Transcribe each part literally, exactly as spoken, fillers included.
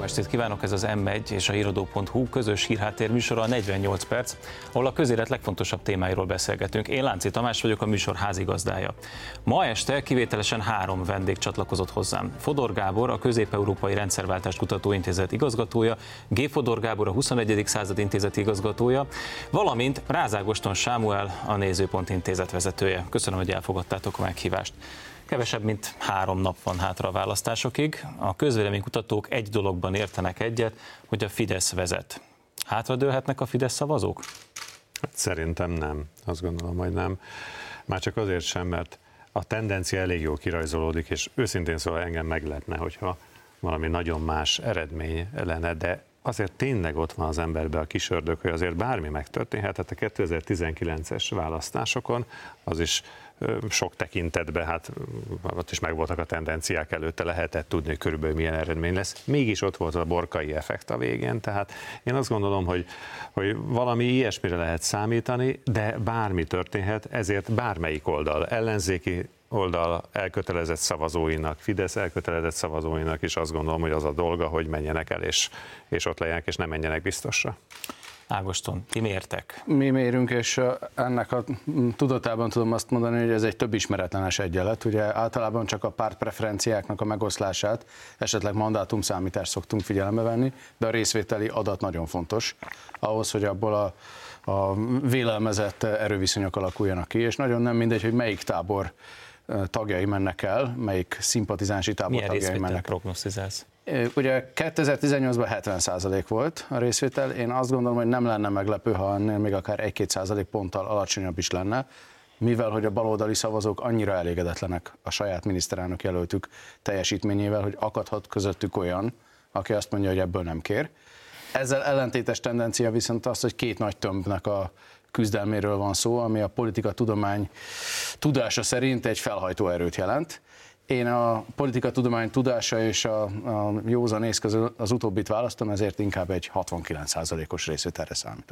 estét kívánok, ez az em egy és a híradó pont hu közös hírháttér műsora, a negyvennyolc perc, ahol a közélet legfontosabb témáiról beszélgetünk. Én Lánci Tamás vagyok, a műsor házigazdája. Ma este kivételesen három vendég csatlakozott hozzám. Fodor Gábor, a Közép-Európai Rendszerváltást Kutató Intézet igazgatója, G. Fodor Gábor, a huszonegyedik század Intézet igazgatója, valamint Rázágoston Sámuel, a Nézőpont Intézet vezetője. Köszönöm, hogy elfogadtátok a meghívást. Kevesebb, mint három nap van hátra a választásokig. A közvéleménykutatók egy dologban értenek egyet, hogy a Fidesz vezet. Hátradőlhetnek a Fidesz szavazók? Szerintem nem. Azt gondolom, hogy nem. Már csak azért sem, mert a tendencia elég jól kirajzolódik, és őszintén szóval engem meglepne, hogyha valami nagyon más eredmény lenne, de azért tényleg ott van az emberben a kis ördög, hogy azért bármi megtörténhet. Hát a kétezer-tizenkilences választásokon az is sok tekintetben, hát ott is megvoltak a tendenciák előtte, lehetett tudni, hogy körülbelül milyen eredmény lesz. Mégis ott volt a borkai effekt a végén, tehát én azt gondolom, hogy, hogy valami ilyesmire lehet számítani, de bármi történhet, ezért bármelyik oldal, ellenzéki oldal elkötelezett szavazóinak, Fidesz elkötelezett szavazóinak is azt gondolom, hogy az a dolga, hogy menjenek el, és, és ott legyenek, és nem menjenek biztosra. Ágoston, ti mértek? Mi mérünk, és ennek a tudatában tudom azt mondani, hogy ez egy több ismeretlenes egyenlet. Ugye általában csak a pártpreferenciáknak a megoszlását, esetleg mandátumszámítást szoktunk figyelembe venni, de a részvételi adat nagyon fontos ahhoz, hogy abból a, a vélelmezett erőviszonyok alakuljanak ki, és nagyon nem mindegy, hogy melyik tábor tagjai mennek el, melyik szimpatizánsi tábor milyen tagjai mennek el. Milyen részvételt prognosztizálsz? Ugye kétezer-tizennyolcban hetven százalék volt a részvétel, én azt gondolom, hogy nem lenne meglepő, ha ennél még akár egy-két százalék ponttal alacsonyabb is lenne, mivel hogy a baloldali szavazók annyira elégedetlenek a saját miniszterelnök jelöltük teljesítményével, hogy akadhat közöttük olyan, aki azt mondja, hogy ebből nem kér. Ezzel ellentétes tendencia viszont az, hogy két nagy tömbnek a küzdelméről van szó, ami a politika tudomány tudása szerint egy felhajtó erőt jelent. Én a politika tudomány tudása és a, a józan ész közül az utóbbit választom, ezért inkább egy hatvankilenc százalékos részvételre számítok.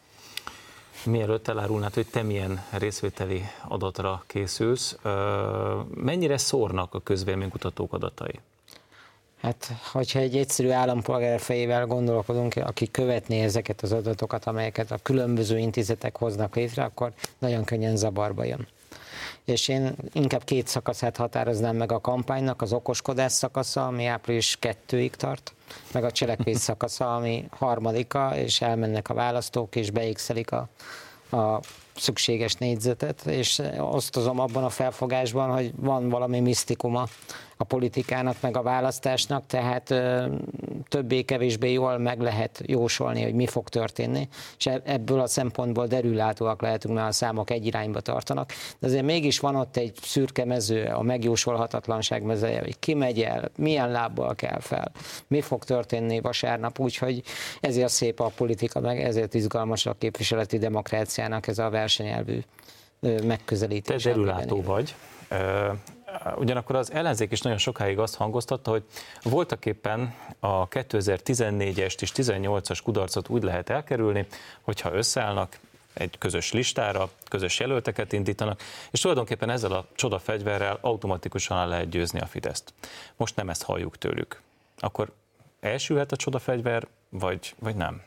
Mielőtt elárulnád, hogy te milyen részvételi adatra készülsz, mennyire szórnak a közvéleménykutatók adatai? Hát, hogyha egy egyszerű állampolgár fejével gondolkodunk, aki követné ezeket az adatokat, amelyeket a különböző intézetek hoznak létre, akkor nagyon könnyen zavarba jön. És én inkább két szakaszát határoznám meg a kampánynak, az okoskodás szakasza, ami április kettőig tart, meg a cselekvés szakasza, ami harmadika, és elmennek a választók, és beixelik a, a szükséges négyzetet, és osztozom abban a felfogásban, hogy van valami misztikuma a politikának, meg a választásnak, tehát többé-kevésbé jól meg lehet jósolni, hogy mi fog történni, és ebből a szempontból derűlátóak lehetünk, mert a számok egy irányba tartanak, de azért mégis van ott egy szürke mező, a megjósolhatatlanság mezeje, hogy ki megy el, milyen lábbal kell fel, mi fog történni vasárnap, úgyhogy ezért szép a politika, meg ezért izgalmas a képviseleti demokráciának ez a versenyelvű megközelítés. Te derülátó vagy. Ugyanakkor az ellenzék is nagyon sokáig azt hangoztatta, hogy voltak éppen a kétezer-tizennégyes és tizennyolcas kudarcot úgy lehet elkerülni, hogyha összeállnak egy közös listára, közös jelölteket indítanak, és tulajdonképpen ezzel a csodafegyverrel automatikusan el lehet győzni a Fideszt. Most nem ezt halljuk tőlük. Akkor elsülhet a csodafegyver, vagy, vagy nem?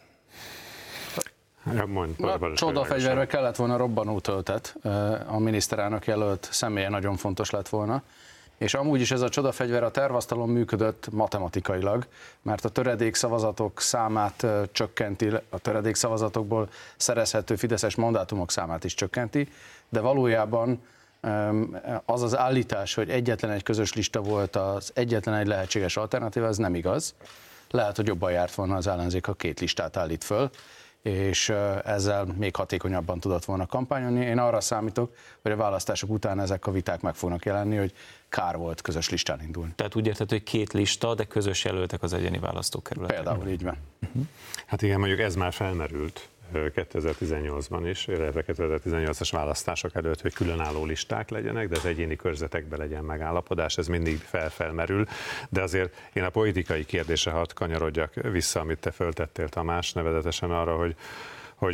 Ja, mondj, a csodafegyverbe kellett volna robbanó töltet, a miniszterelnök jelölt személye nagyon fontos lett volna, és amúgy is ez a csodafegyver a tervasztalon működött matematikailag, mert a töredék szavazatok számát csökkenti, a töredék szavazatokból szerezhető fideszes mandátumok számát is csökkenti, de valójában az az állítás, hogy egyetlen egy közös lista volt az egyetlen egy lehetséges alternatíva, ez nem igaz. Lehet, hogy jobban járt volna az ellenzék, ha két listát állít föl, és ezzel még hatékonyabban tudott volna kampányolni. Én arra számítok, hogy a választások után ezek a viták meg fognak jelenni, hogy kár volt közös listán indulni. Tehát úgy érted, hogy két lista, de közös jelöltek az egyéni választókerületek. Például így van. Uh-huh. Hát igen, mondjuk ez már felmerült kétezer-tizennyolcban is, illetve kétezer-tizennyolcas választások előtt, hogy különálló listák legyenek, de az egyéni körzetekben legyen megállapodás, ez mindig felfelmerül, de azért én a politikai kérdésre hadd kanyarodjak vissza, amit te föltettél, Tamás, nevezetesen arra, hogy, hogy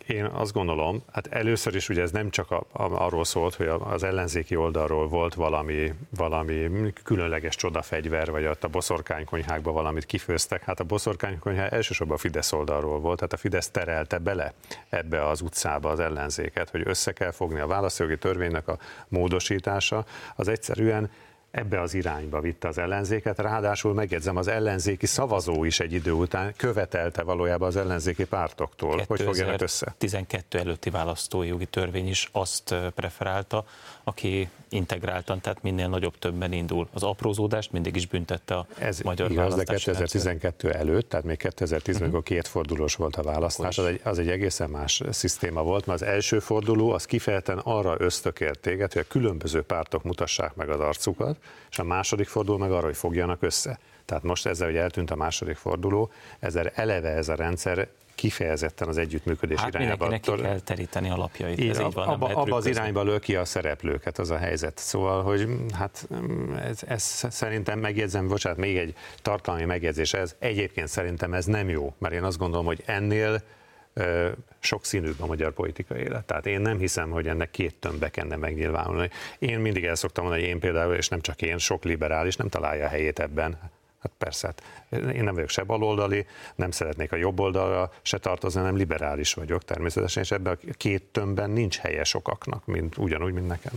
Én azt gondolom, hát először is ugye ez nem csak a, a, arról szólt, hogy az ellenzéki oldalról volt valami, valami különleges csodafegyver, vagy ott a boszorkánykonyhákban valamit kifőztek. Hát a boszorkánykonyhá elsősorban a Fidesz oldalról volt, tehát a Fidesz terelte bele ebbe az utcába az ellenzéket, hogy össze kell fogni a választójogi törvénynek a módosítása, az egyszerűen ebbe az irányba vitte az ellenzéket, ráadásul megjegyzem, az ellenzéki szavazó is egy idő után követelte valójában az ellenzéki pártoktól, hogy fogjanak össze. kétezer-tizenkettő előtti választói jogi törvény is azt preferálta, aki integráltan, tehát minél nagyobb többen indul. Az aprózódást mindig is büntette a Ez magyar igaz, választási de kétezer-tizenkettő rendszer előtt, tehát még kétezer-tízben, amikor uh-huh. kétfordulós volt a választás, az egy, az egy egészen más szisztéma volt, mert az első forduló az kifejezetten arra ösztökélt téged, hogy a különböző pártok mutassák meg az arcukat, és a második forduló meg arra, hogy fogjanak össze. Tehát most ezzel, hogy eltűnt a második forduló, ezzel eleve ez a rendszer kifejezetten az együttműködés hát irányába. Hát neki kell teríteni alapjait. Így, ez ab, így van, abba, abba az irányba lő ki a szereplőket, az a helyzet. Szóval, hogy hát ez, ez szerintem megjegyzem, bocsánat, még egy tartalmi megjegyzés ez. Egyébként szerintem ez nem jó, mert én azt gondolom, hogy ennél ö, sokszínűbb a magyar politikai élet. Tehát én nem hiszem, hogy ennek két tömbbe kellene megnyilvánulni. Én mindig el szoktam mondani, hogy én például, és nem csak én, sok liberális nem találja a helyét ebben. Hát persze, hát én nem vagyok se baloldali, nem szeretnék a jobb oldalra se tartozni, nem liberális vagyok természetesen, és ebben a két tömbben nincs helye sokaknak, mint, ugyanúgy, mint nekem.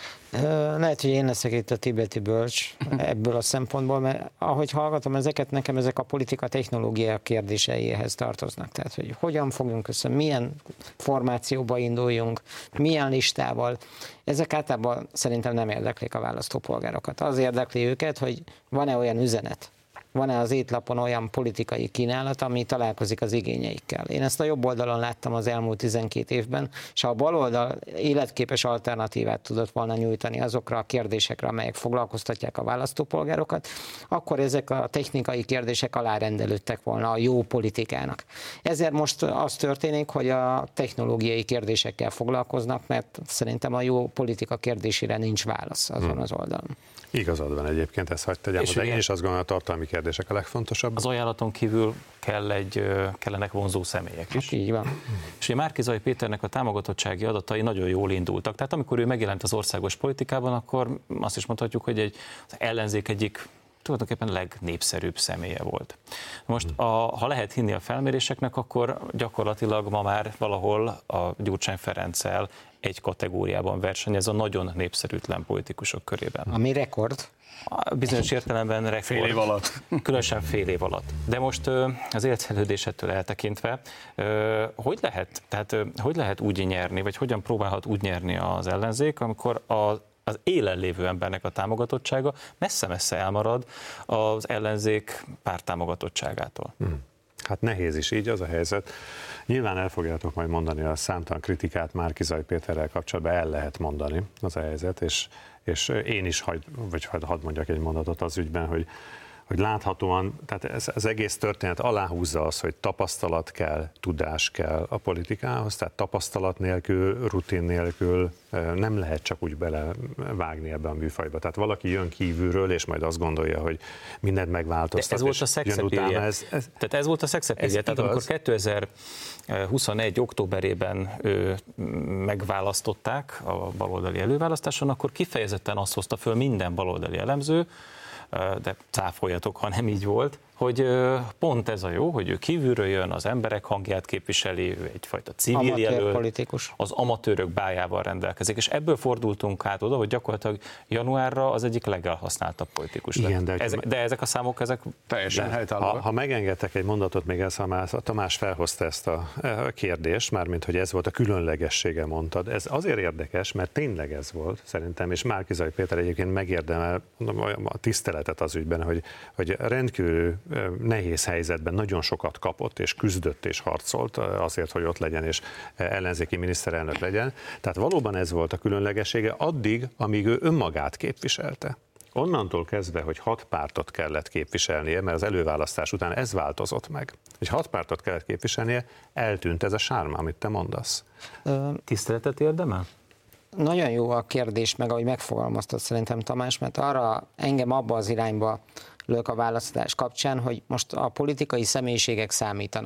Lehet, hogy én leszek itt a tibeti bölcs ebből a szempontból, mert ahogy hallgatom ezeket, nekem ezek a politika technológia kérdéseihez tartoznak. Tehát, hogy hogyan fogjunk össze, milyen formációba induljunk, milyen listával. Ezek általában szerintem nem érdeklik a választópolgárokat. Az érdekli őket, hogy van-e olyan üzenet, van-e az étlapon olyan politikai kínálat, ami találkozik az igényeikkel. Én ezt a jobb oldalon láttam az elmúlt tizenkét évben, és ha a bal oldal életképes alternatívát tudott volna nyújtani azokra a kérdésekre, amelyek foglalkoztatják a választópolgárokat, akkor ezek a technikai kérdések alárendelődtek volna a jó politikának. Ezért most az történik, hogy a technológiai kérdésekkel foglalkoznak, mert szerintem a jó politika kérdésére nincs válasz azon hmm. az oldalon. Igazad van egyébként, ezt hagyd tegyem, de én is azt gondolom, a tartalmi kérdések a legfontosabb. Az ajánlaton kívül kell egy, kellenek vonzó személyek is. Hát így van. És ugye Márki-Zay Péternek a támogatottsági adatai nagyon jól indultak. Tehát amikor ő megjelent az országos politikában, akkor azt is mondhatjuk, hogy egy, az ellenzék egyik tulajdonképpen legnépszerűbb személye volt. Most, a, ha lehet hinni a felméréseknek, akkor gyakorlatilag ma már valahol a Gyurcsány Ferenccel egy kategóriában versenyez a nagyon népszerűtlen politikusok körében. Ami rekord. Bizonyos értelemben rekord. Fél év alatt. Különösen fél év alatt. De most az életfejlődésettől eltekintve, hogy lehet, tehát, hogy lehet úgy nyerni, vagy hogyan próbálhat úgy nyerni az ellenzék, amikor a az élen lévő embernek a támogatottsága messze-messze elmarad az ellenzék párttámogatottságától. Hmm. Hát nehéz is így az a helyzet. Nyilván el fogjátok majd mondani a számtalan kritikát Márki-Zay Péterrel kapcsolatban, el lehet mondani az a helyzet, és, és én is hagy, vagy hadd mondjak egy mondatot az ügyben, hogy hogy láthatóan, tehát ez, az egész történet aláhúzza az, hogy tapasztalat kell, tudás kell a politikához, tehát tapasztalat nélkül, rutin nélkül nem lehet csak úgy belevágni ebbe a műfajba. Tehát valaki jön kívülről, és majd azt gondolja, hogy mindent megváltoztat. Ez volt a szexepédia. Ez, ez, tehát ez volt a szexepédia. Tehát igaz. Amikor kétezer-huszonegy októberében ő, megválasztották a baloldali előválasztáson, akkor kifejezetten azt hozta föl minden baloldali elemző, de cáfoljatok, ha nem így volt, hogy pont ez a jó, hogy ő kívülről jön, az emberek hangját képviseli, ő egyfajta civil jelölt, politikus. Az amatőrök bájával rendelkezik, és ebből fordultunk át oda, hogy gyakorlatilag januárra az egyik legelhasználtabb politikus lett. Igen, de, ezek, de ezek a számok, ezek teljesen helytállóak. Ha, ha megengedtek egy mondatot még ezt, ha Tamás felhozta ezt a kérdést, mármint hogy ez volt a különlegessége, mondtad, ez azért érdekes, mert tényleg ez volt szerintem, és Márki-Zay Péter egyébként megérdemel a tiszteletet az ügyben, hogy, hogy rendkívül nehéz helyzetben nagyon sokat kapott, és küzdött, és harcolt azért, hogy ott legyen, és ellenzéki miniszterelnök legyen. Tehát valóban ez volt a különlegessége addig, amíg ő önmagát képviselte. Onnantól kezdve, hogy hat pártot kellett képviselnie, mert az előválasztás után ez változott meg, hogy hat pártot kellett képviselnie, eltűnt ez a sárma, amit te mondasz. Tiszteletet érdemel? Nagyon jó a kérdés, meg ahogy megfogalmaztad szerintem, Tamás, mert arra engem abba az irányba lök a választás kapcsán, hogy most a politikai személyiségek számítanak-e.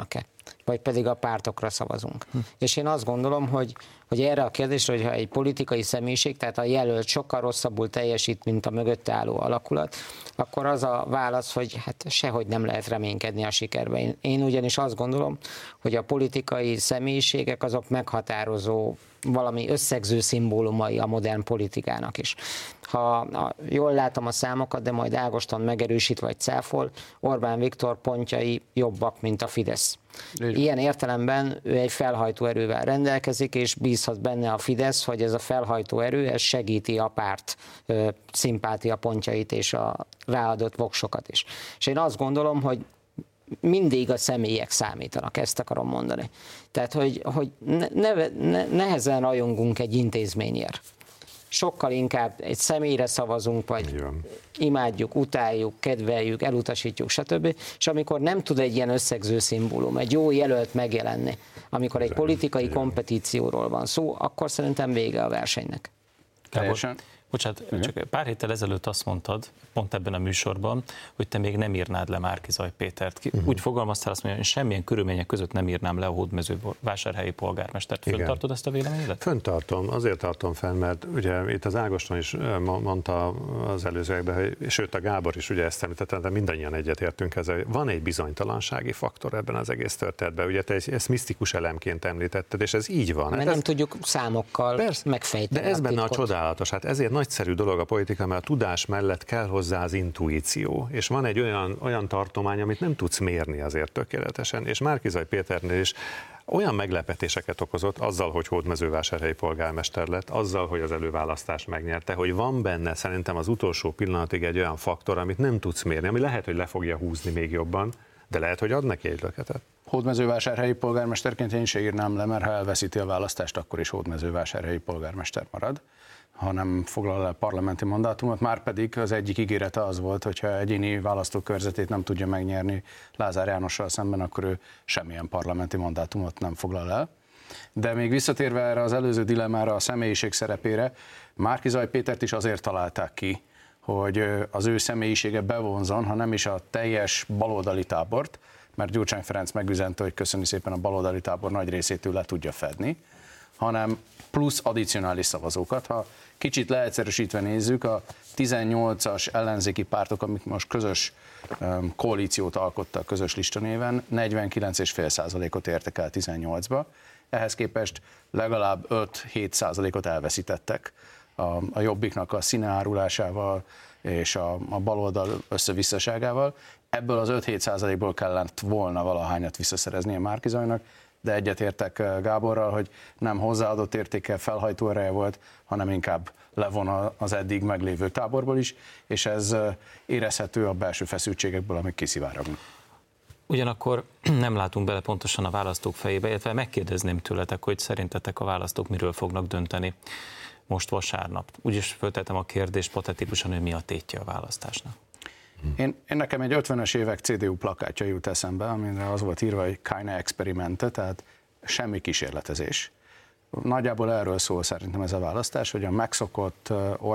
vagy pedig a pártokra szavazunk. Hm. És én azt gondolom, hogy, hogy erre a kérdésre, hogyha egy politikai személyiség, tehát a jelölt sokkal rosszabbul teljesít, mint a mögötte álló alakulat, akkor az a válasz, hogy hát sehogy nem lehet reménykedni a sikerbe. Én, én ugyanis azt gondolom, hogy a politikai személyiségek azok meghatározó, valami összegző szimbólumai a modern politikának is. Ha jól látom a számokat, de majd Ágoston megerősít vagy cáfol, Orbán Viktor pontjai jobbak, mint a Fidesz. Ilyen értelemben ő egy felhajtó erővel rendelkezik, és bízhat benne a Fidesz, hogy ez a felhajtó erő ez segíti a párt ö, szimpátia pontjait és a ráadott voksokat is. És én azt gondolom, hogy mindig a személyek számítanak, ezt akarom mondani. Tehát, hogy, hogy ne, ne, nehezen rajongunk egy intézményért. Sokkal inkább egy személyre szavazunk, vagy igen, imádjuk, utáljuk, kedveljük, elutasítjuk, stb. És amikor nem tud egy ilyen összegző szimbólum, egy jó jelölt megjelenni, amikor egy politikai igen, kompetícióról van szó, akkor szerintem vége a versenynek. Teljesen. Bocsánat, igen, csak pár héttel ezelőtt azt mondtad, pont ebben a műsorban, hogy te még nem írnád le Márki-Zay Pétert. Uh-huh. Úgy fogalmaztál azt mondja, hogy semmilyen körülmények között nem írnám le a hódmezővásárhelyi polgármestert. Föntartod ezt a véleményedet? Föntartom, azért tartom fenn, mert ugye itt az Ágoston is mondta az előzőekben, sőt a Gábor is ugye ezt említette, de mindannyian egyetértünk ezzel. Van egy bizonytalansági faktor ebben az egész történetben. Ugye te ezt misztikus elemként említetted, és ez így van. Mert ez, nem tudjuk számokkal persze, megfejteni. De ez benne a csodálatos. Hát ezért nagyszerű dolog a politika, mert a tudás mellett kell hozzá az intuíció, és van egy olyan, olyan tartomány, amit nem tudsz mérni azért tökéletesen, és Márki-Zay Péternél is olyan meglepetéseket okozott azzal, hogy hódmezővásárhelyi polgármester lett, azzal, hogy az előválasztást megnyerte, hogy van benne szerintem az utolsó pillanatig egy olyan faktor, amit nem tudsz mérni, ami lehet, hogy le fogja húzni még jobban, de lehet, hogy ad neki egy löketet. Hódmezővásárhelyi polgármesterként én se írnám le, mert ha elveszíti a választást, akkor is hódmezővásárhelyi polgármester marad, hanem foglal el parlamenti mandátumot, már pedig az egyik ígérete az volt, hogyha egyéni választókörzetét nem tudja megnyerni Lázár Jánossal szemben, akkor ő semmilyen parlamenti mandátumot nem foglal el. De még visszatérve erre az előző dilemmára, a személyiség szerepére, Márki-Zay Pétert is azért találták ki, hogy az ő személyisége bevonzon, ha nem is a teljes baloldali tábort, mert Gyurcsány Ferenc megüzente, hogy köszöni szépen a baloldali tábor nagy részét ő le tudja fedni, hanem plusz addicionális szavazókat. Ha kicsit leegyszerűsítve nézzük, a tizennyolcas ellenzéki pártok, amik most közös um, koalíciót alkottak közös listanéven, negyvenkilenc egész öt százalékot értek el tizennyolcba, ehhez képest legalább öt-hét százalékot elveszítettek a, a Jobbiknak a színeárulásával és a, a baloldal összevisszaságával. Ebből az öt-hét százalékból kellett volna valahányat visszaszerezni a Márki-Zaynak, de egyetértek Gáborral, hogy nem hozzáadott értékkel felhajtó ereje volt, hanem inkább levon az eddig meglévő táborból is, és ez érezhető a belső feszültségekből, amik kiszivárognak. Ugyanakkor nem látunk bele pontosan a választók fejébe, illetve megkérdezném tőletek, hogy szerintetek a választók miről fognak dönteni most vasárnap. Úgyis föltettem a kérdést patetikusan, hogy mi a tétje a választásnak. Én, én nekem egy ötvenes évek cé dé u plakátja jut eszembe, amire az volt írva, hogy keine Experimente, tehát semmi kísérletezés. Nagyjából erről szól szerintem ez a választás, hogy a megszokott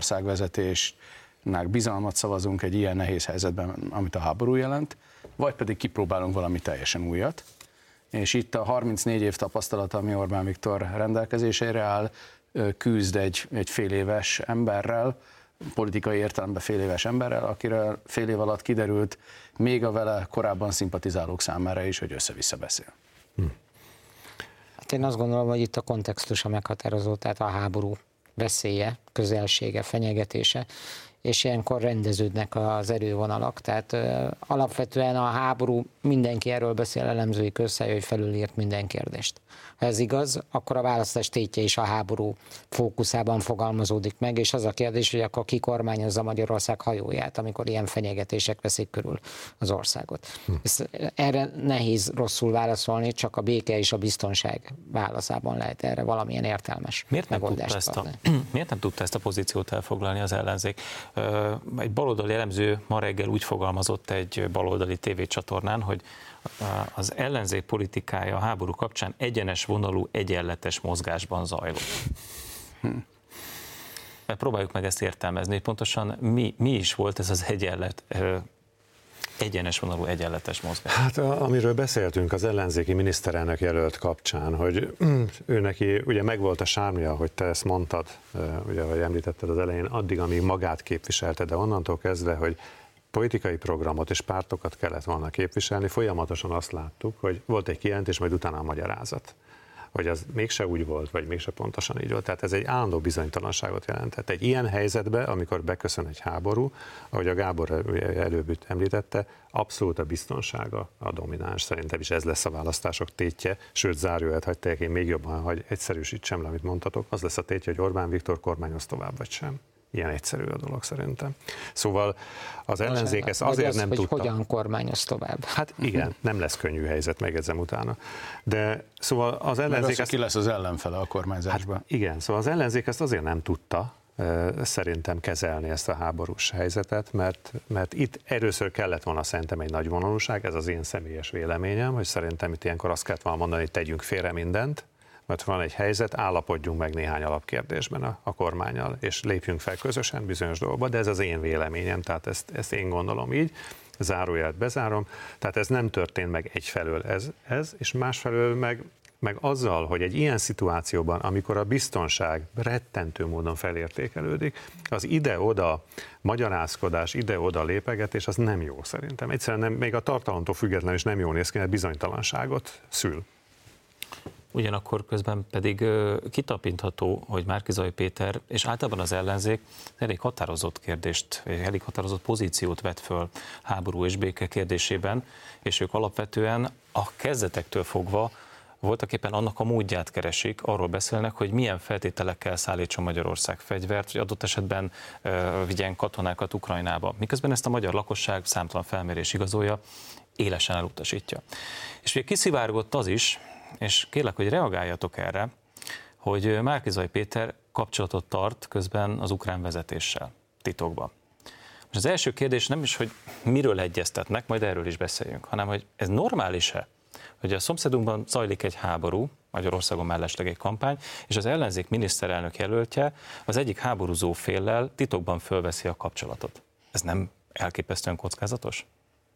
országvezetésnek bizalmat szavazunk egy ilyen nehéz helyzetben, amit a háború jelent, vagy pedig kipróbálunk valami teljesen újat. És itt a harmincnégy év tapasztalata, ami Orbán Viktor rendelkezésére áll, küzd egy, egy fél éves emberrel, politikai értelemben fél éves emberrel, akire fél év alatt kiderült még a vele korábban szimpatizálók számára is, hogy össze-vissza beszél. Hm. Hát én azt gondolom, hogy itt a kontextus a meghatározó, tehát a háború veszélye, közelsége, fenyegetése, és ilyenkor rendeződnek az erővonalak, tehát uh, alapvetően a háború, mindenki erről beszél, elemzői közhely, hogy felülírt minden kérdést. Ha ez igaz, akkor a választás tétje is a háború fókuszában fogalmazódik meg, és az a kérdés, hogy akkor ki kormányozza Magyarország hajóját, amikor ilyen fenyegetések veszik körül az országot. Hm. Ezt, erre nehéz rosszul válaszolni, csak a béke és a biztonság válaszában lehet erre valamilyen értelmes miért nem megoldást ezt a, Miért nem tudta ezt a pozíciót elfoglalni az ellenzék? Egy baloldali elemző ma reggel úgy fogalmazott egy baloldali tévécsatornán, hogy az ellenzék politikája a háború kapcsán egyenes vonalú, egyenletes mozgásban zajlott. Hm. Próbáljuk meg ezt értelmezni, hogy pontosan mi, mi is volt ez az egyenlet. egyenes vonalú, egyenletes mozgás. Hát amiről beszéltünk az ellenzéki miniszterelnök jelölt kapcsán, hogy ő neki ugye megvolt a sármja, hogy te ezt mondtad, ugye, ahogy említetted az elején, addig, amíg magát képviselte, de onnantól kezdve, hogy politikai programot és pártokat kellett volna képviselni, folyamatosan azt láttuk, hogy volt egy kijelentés, majd utána a magyarázat. Hogy az mégse úgy volt, vagy mégse pontosan így volt. Tehát ez egy állandó bizonytalanságot jelentett. Egy ilyen helyzetben, amikor beköszön egy háború, ahogy a Gábor előbb említette, abszolút a biztonsága a domináns. Szerintem is ez lesz a választások tétje, sőt zárójelet hagyták, én még jobban, hogy egyszerűsítsem le, amit mondtatok, az lesz a tétje, hogy Orbán Viktor kormányoz tovább, vagy sem. Ilyen egyszerű a dolog szerintem. Szóval az ellenzék ezt azért az, nem hogy tudta. Hogyan kormányoz tovább? Hát igen, nem lesz könnyű helyzet, megjegyzem utána. De szóval az ellenzék... Ezt... Ki lesz az ellenfele a kormányzásban? Hát igen, szóval az ellenzék ezt azért nem tudta szerintem kezelni ezt a háborús helyzetet, mert, mert itt először kellett volna szerintem egy nagy vonalúság, ez az én személyes véleményem, hogy szerintem itt ilyenkor azt kellett volna mondani, hogy tegyünk félre mindent, mert van egy helyzet, állapodjunk meg néhány alapkérdésben a, a kormánnyal, és lépjünk fel közösen bizonyos dolgokba, de ez az én véleményem, tehát ezt, ezt én gondolom így, zárójelet bezárom, tehát ez nem történt meg egyfelől ez, ez és másfelől meg, meg azzal, hogy egy ilyen szituációban, amikor a biztonság rettentő módon felértékelődik, az ide-oda magyarázkodás, ide-oda lépegetés, az nem jó szerintem. Egyszerűen nem, még a tartalomtól függetlenül is nem jól néz ki, mert bizonytalanságot szül. Ugyanakkor közben pedig kitapintható, hogy Márki-Zay Péter és általában az ellenzék elég határozott kérdést, elég határozott pozíciót vett föl háború és béke kérdésében, és ők alapvetően a kezdetektől fogva voltaképpen annak a módját keresik, arról beszélnek, hogy milyen feltételekkel szállítson Magyarország fegyvert, hogy adott esetben uh, vigyen katonákat Ukrajnába. Miközben ezt a magyar lakosság, számtalan felmérés igazolja, élesen elutasítja. És ugye kiszivárgott az is, és kérlek, hogy reagáljatok erre, hogy Márki-Zay Péter kapcsolatot tart közben az ukrán vezetéssel, titokban. Most az első kérdés nem is, hogy miről egyeztetnek, majd erről is beszéljünk, hanem hogy ez normális-e, hogy a szomszédunkban zajlik egy háború, Magyarországon mellesleg egy kampány, és az ellenzék miniszterelnök jelöltje az egyik háborúzó féllel titokban fölveszi a kapcsolatot. Ez nem elképesztően kockázatos?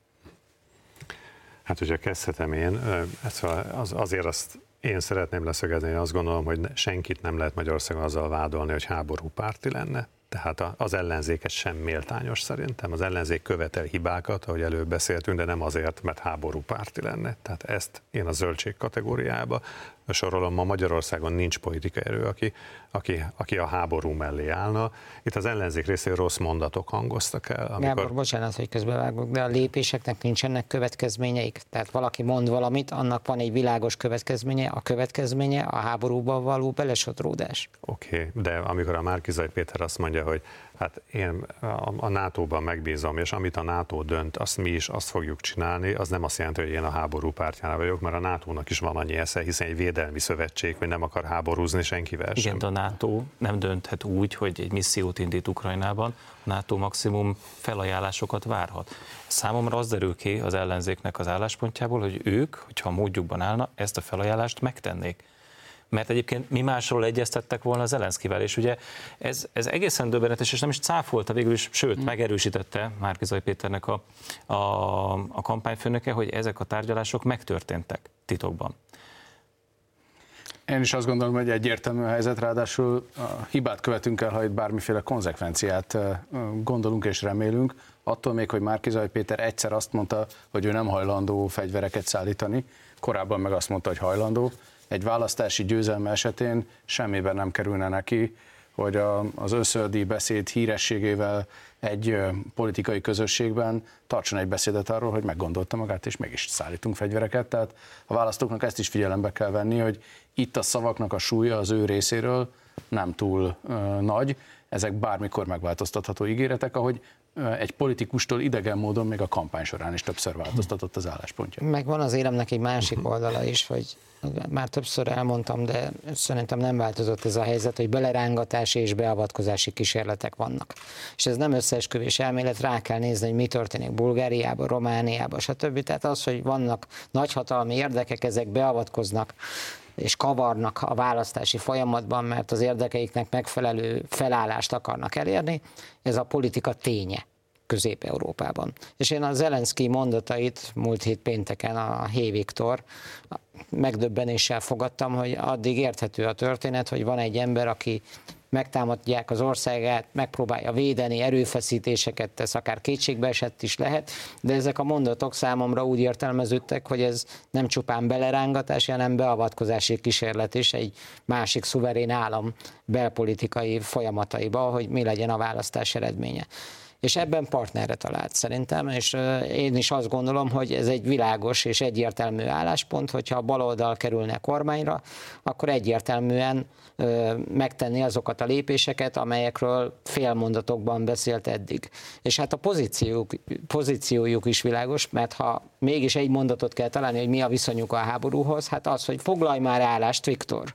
Hát, hogyha kezdhetem én, az, azért azt én szeretném leszögezni, én azt gondolom, hogy senkit nem lehet Magyarországon azzal vádolni, hogy háborúpárti lenne. Tehát az ellenzéket sem méltányos szerintem. Az ellenzék követel hibákat, ahogy előbb beszéltünk, de nem azért, mert háborúpárti lenne. Tehát ezt én a zöldség kategóriába sorolom, ma Magyarországon nincs politikai erő, aki, aki, aki a háború mellé állna. Itt az ellenzék részéről rossz mondatok hangoztak el. Amikor... Gábor, bocsánat, hogy közbevágok, de a lépéseknek nincsenek következményeik. Tehát valaki mond valamit, annak van egy világos következménye, a következménye a háborúban való belesodródás. Oké, okay, de amikor a Márki-Zay Péter azt mondja, hogy hát én a nátóban megbízom, és amit a NATO dönt, azt mi is azt fogjuk csinálni, az nem azt jelenti, hogy én a háború pártjánál vagyok, mert a nátónak is van annyi esze, hiszen egy védelmi szövetség, hogy nem akar háborúzni senkivel sem. Igen, de a NATO nem dönthet úgy, hogy egy missziót indít Ukrajnában, a NATO maximum felajánlásokat várhat. Számomra az derül ki az ellenzéknek az álláspontjából, hogy ők, hogyha a módjukban állna, ezt a felajánlást megtennék. Mert egyébként mi másról egyeztettek volna az Zelenszkivel, és ugye ez, ez egészen döbbenetes, és nem is cáfolta végül is, sőt, megerősítette Márki-Zay Péternek a, a, a kampányfőnöke, hogy ezek a tárgyalások megtörténtek titokban. Én is azt gondolom, hogy egyértelmű a helyzet, ráadásul a hibát követünk el, ha itt bármiféle konzekvenciát gondolunk és remélünk. Attól még, hogy Márki-Zay Péter egyszer azt mondta, hogy ő nem hajlandó fegyvereket szállítani, korábban meg azt mondta, hogy hajlandó. Egy választási győzelme esetén semmiben nem kerülne neki, hogy a, az összöldi beszéd hírességével egy politikai közösségben tartson egy beszédet arról, hogy meggondolta magát, és mégis szállítunk fegyvereket. Tehát a választóknak ezt is figyelembe kell venni, hogy itt a szavaknak a súlya az ő részéről nem túl uh, nagy. Ezek bármikor megváltoztatható ígéretek, ahogy egy politikustól idegen módon még a kampány során is többször változtatott az álláspontja. Meg van az éremnek egy másik oldala is, hogy már többször elmondtam, de szerintem nem változott ez a helyzet, hogy belerángatási és beavatkozási kísérletek vannak. És ez nem összeesküvés elmélet, rá kell nézni, hogy mi történik Bulgáriában, Romániában, stb. Tehát az, hogy vannak nagyhatalmi érdekek, ezek beavatkoznak és kavarnak a választási folyamatban, mert az érdekeiknek megfelelő felállást akarnak elérni, ez a politika ténye. Közép-Európában. És én a Zelenszkij mondatait múlt hét pénteken a Hey Viktor megdöbbenéssel fogadtam, hogy addig érthető a történet, hogy van egy ember, aki megtámadják az országát, megpróbálja védeni, erőfeszítéseket tesz, akár kétségbeesett is lehet, de ezek a mondatok számomra úgy értelmeződtek, hogy ez nem csupán belerángatás, hanem beavatkozási kísérlet is egy másik szuverén állam belpolitikai folyamataiba, hogy mi legyen a választás eredménye. És ebben partnerre talált szerintem, és én is azt gondolom, hogy ez egy világos és egyértelmű álláspont, hogyha a baloldal kerülne kormányra, akkor egyértelműen megtenni azokat a lépéseket, amelyekről félmondatokban beszélt eddig. És hát a pozíciójuk, pozíciójuk is világos, mert ha mégis egy mondatot kell találni, hogy mi a viszonyuk a háborúhoz, hát az, hogy foglalj már állást, Viktor.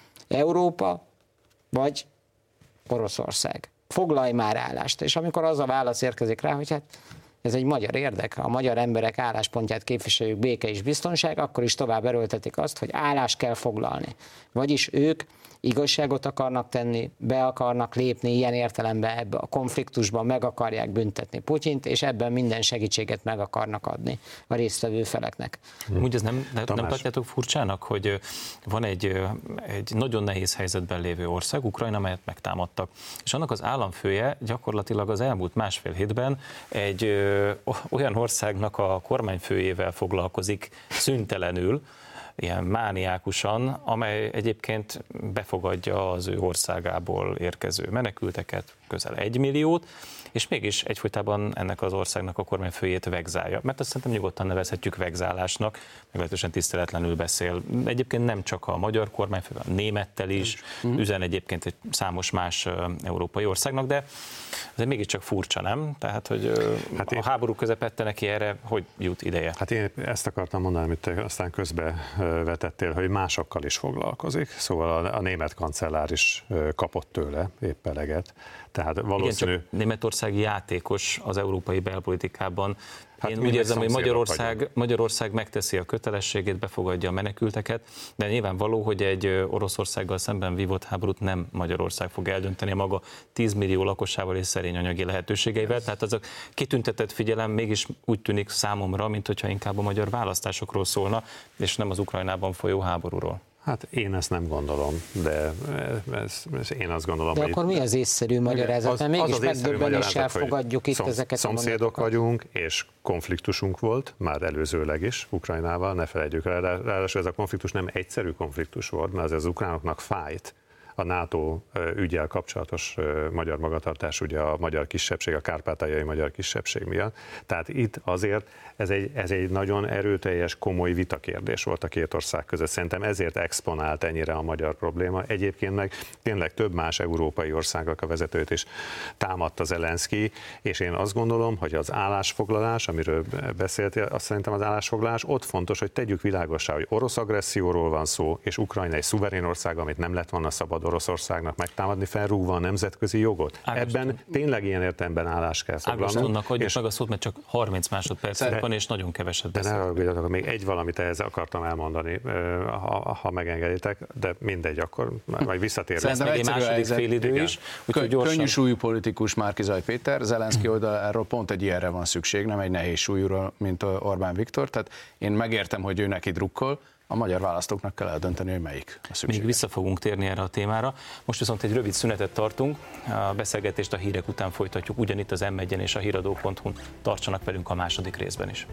Európa vagy Oroszország. Foglalj már állást. És amikor az a válasz érkezik rá, hogy hát ez egy magyar érdek, a magyar emberek álláspontját képviseljük, béke és biztonság, akkor is tovább erőltetik azt, hogy állást kell foglalni. Vagyis ők igazságot akarnak tenni, be akarnak lépni ilyen értelemben ebbe a konfliktusban, meg akarják büntetni Putyint, és ebben minden segítséget meg akarnak adni a résztvevő feleknek. Úgy ez nem, nem tartjátok furcsának, hogy van egy, egy nagyon nehéz helyzetben lévő ország, Ukrajna, amelyet megtámadtak, és annak az államfője gyakorlatilag az elmúlt másfél hétben egy ö, olyan országnak a kormányfőjével foglalkozik szüntelenül, ilyen mániákusan, amely egyébként befogadja az ő országából érkező menekülteket, közel egy milliót, és mégis egyfolytában ennek az országnak a kormányfőjét vegzálja. Mert azt szerintem nyugodtan nevezhetjük vegzálásnak, meglehetősen tiszteletlenül beszél. Egyébként nem csak a magyar kormányfő, a némettel is, mm. üzen egyébként egy számos más európai országnak, de azért mégiscsak furcsa, nem? Tehát, hogy hát a én... háború közepette neki erre hogy jut ideje? Hát én ezt akartam mondani, amit te aztán közbe vetettél, hogy másokkal is foglalkozik. Szóval a, a német kancellár is kapott tőle épp eleget. Tehát valószínű... Igen, csak Németország játékos az európai belpolitikában. Hát én úgy érzem, hogy Magyarország, Magyarország megteszi a kötelességét, befogadja a menekülteket, de nyilvánvaló, hogy egy Oroszországgal szemben vívott háborút nem Magyarország fog eldönteni a maga tíz millió lakosával és szerény anyagi lehetőségeivel. Tehát az a kitüntetett figyelem mégis úgy tűnik számomra, mint hogyha inkább a magyar választásokról szólna, és nem az Ukrajnában folyó háborúról. Hát én ezt nem gondolom, de ez, ez én azt gondolom, de hogy... De akkor mi az észszerű magyarázat? Mert mégis megdöbbenéssel fogadjuk itt szom, ezeket szomszédok a Szomszédok vagyunk, és konfliktusunk volt, már előzőleg is Ukrajnával, ne felejtjük el, ráadásul ez a konfliktus nem egyszerű konfliktus volt, mert az, az ukránoknak fájt a NATO ügyel kapcsolatos magyar magatartás, ugye a magyar kisebbség, a kárpátaljai magyar kisebbség miatt. Tehát itt azért ez egy, ez egy nagyon erőteljes, komoly vitakérdés volt a két ország között. Szerintem ezért exponált ennyire a magyar probléma. Egyébként meg tényleg több más európai országnak a vezetőt is támadta Zelenszkij, és én azt gondolom, hogy az állásfoglalás, amiről beszéltél, azt szerintem az állásfoglalás ott fontos, hogy tegyük világossá, hogy orosz agresszióról van szó, és Ukrajna egy szuverén ország, amit nem lett volna szabad Oroszországnak megtámadni, felrúgva a nemzetközi jogot. Ágoston. Ebben tényleg ilyen értelemben állást kell foglalnunk. Ágostonnak adjuk és... meg a szót, mert csak harminc másodperc van, és nagyon keveset beszél. De ne ragudjatok, még egy valamit ehhez akartam elmondani, ha, ha megengeditek, de mindegy, akkor majd visszatérünk. Szerintem egy második félidő is. Kö- gyorsan... Könnyű súlyú politikus Márki-Zay Péter, Zelenszkij oldaláról pont egy ilyenre van szükség, nem egy nehéz súlyúról, mint Orbán Viktor, tehát én megértem, hogy ő neki drukkol, a magyar választóknak kell eldönteni, hogy melyik a szükséges. Még vissza fogunk térni erre a témára. Most viszont egy rövid szünetet tartunk, a beszélgetést a hírek után folytatjuk, ugyanitt az em egyen és a híradó pont hu-n. Tartsanak velünk a második részben is.